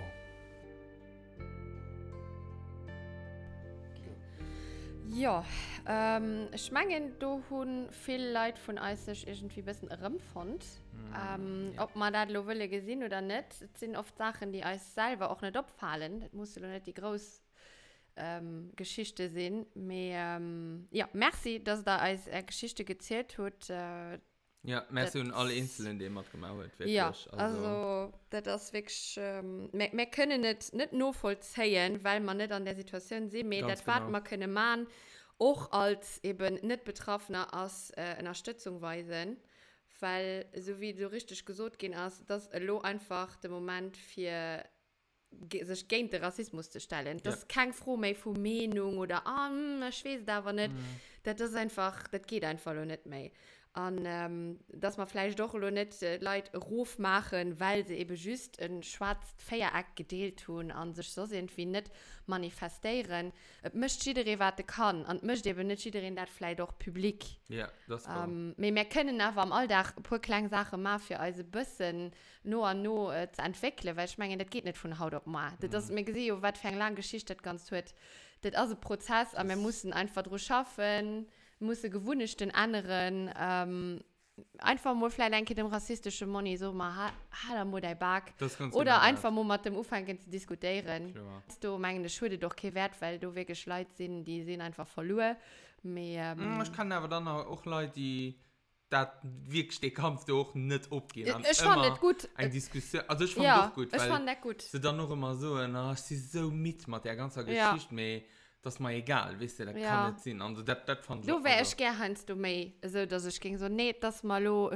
Ja, ich meine, du hast viele Leute von uns sich irgendwie ein bisschen rumfand. Ob man das will gesehen oder nicht, es sind oft Sachen, die uns selber auch nicht auffallen. Das muss ja nicht die große Geschichte sehen. Aber ja, merci, dass da als Geschichte gezählt hat. Ja, merci an alle Inseln, die man gemacht hat. Wirklich. Ja, also das ist wirklich, wir können nicht nur vollziehen, weil man nicht an der Situation sind, aber das, was man können machen, auch als eben nicht Betroffener als Unterstützung weisen, weil, so wie du richtig gesagt hast, das ist einfach der Moment für sich gegen den Rassismus zu stellen. Das ist kein Froh mehr von Meinung oder ich weiß das aber nicht. Das ist einfach, das geht einfach nicht mehr. Und dass man vielleicht doch nicht Leute Ruf machen, weil sie eben just ein schwarzes Feiereck gedealt tun und sich so irgendwie nicht manifestieren. Möchte jeder, was er kann, und möchte eben nicht jeder das vielleicht auch publik. Ja, das ist wir können einfach am Alltag ein paar kleine Sachen machen, für uns ein bisschen nur zu entwickeln, weil ich meine, das geht nicht von Haut auf mal. Das ist mir gesehen, was für eine lange Geschichte das ganz tut. Das ist ein Prozess, und wir müssen einfach drauf schaffen, muss gewünscht den anderen einfach mal vielleicht dem rassistischen Money so mal mal dein Back oder einfach mal mit dem Anfangen zu diskutieren. Sure. Du meine Schulde doch kein Wert, weil du wirklich Leute sind, die sind einfach verloren. Ich kann aber dann auch Leute, die das wirklich den Kampf doch nicht abgehen. Ich fand das gut. Eine Diskussion, also ich fand das gut, weil fand das gut. Sie dann noch immer so, sie so mit der ganzen Geschichte, mehr. Das ist mir egal, wisst ihr, das kann nicht sein. Also, das fand ich du wärst gerne, Heinz, du mehr, so, dass ich ging so, nee, das mal lo,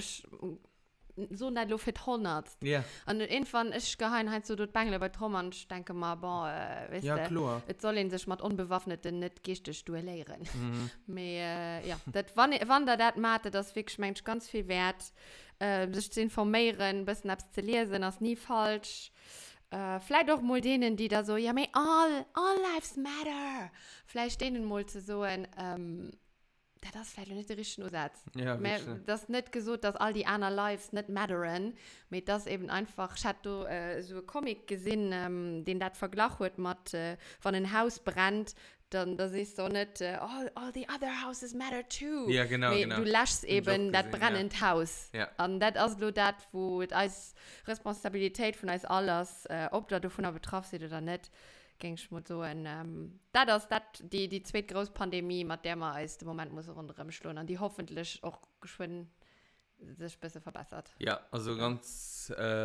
so nicht lo für 100. Ja. Und irgendwann ist ich geheim, Heinz, so dort Bangle bei Tom, und ich denke mal, boah, wisst ihr, klar. Es sollen sich mit Unbewaffneten nicht gestisch duellieren. Aber, ja, wann das macht, das ist wirklich, Mensch, ganz viel wert. Sich zu informieren, ein bisschen etwas zu lesen, ist nie falsch. Vielleicht auch mal denen, die da so, ja, all lives matter. Vielleicht denen mal zu so das ist vielleicht nicht der richtige Aussatz. Ja, das ist nicht gesagt, dass all die anderen Lives nicht matteren, mit das eben einfach, ich hatte so einen Comic gesehen, den das vergleicht wird mit, wenn ein Haus brennt, dann das ist so nicht, all the other houses matter too. Ja, genau, genau. Du lässt eben das brennende Haus. Ja. Und das ist nur das, wo es als Responsabilität von uns alles, ob du davon betroffen bist oder nicht, ging ich mal so das ist die zweite große Pandemie, mit der man als im Moment muss rundherum schlagen und die hoffentlich auch geschwind sich ein bisschen verbessert. Ja, also ganz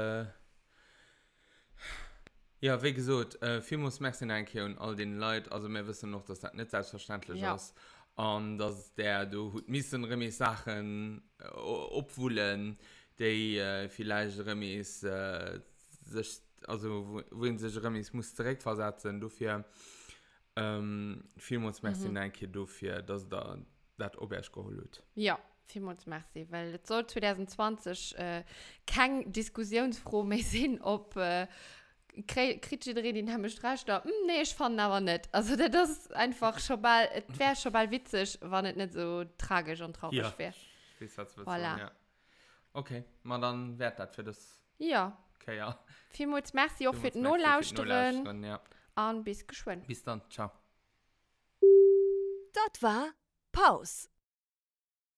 ja, wie gesagt, viel muss Merci danken und all den Leuten, also wir wissen noch, dass das nicht selbstverständlich ist und dass du müssen remis Sachen obwohlen, die vielleicht remis sich also wohin sich Remis muss direkt versetzen dafür vielmals merci danke dafür dass da das Oberst geholt ja vielmals merci weil es soll 2020 kein diskussionsfroh mehr sein ob kritische Reden haben Straße da nee ich fand aber nicht also das ist einfach schon mal es wäre schon mal witzig wenn es nicht so tragisch und traurig wäre voilà. Ja. Okay mal dann wert das für das ja okay, ja. Vielmals merci auch für die No-Lausterin. Ja. Und bis geschwind. Bis dann, ciao. Das war Pause.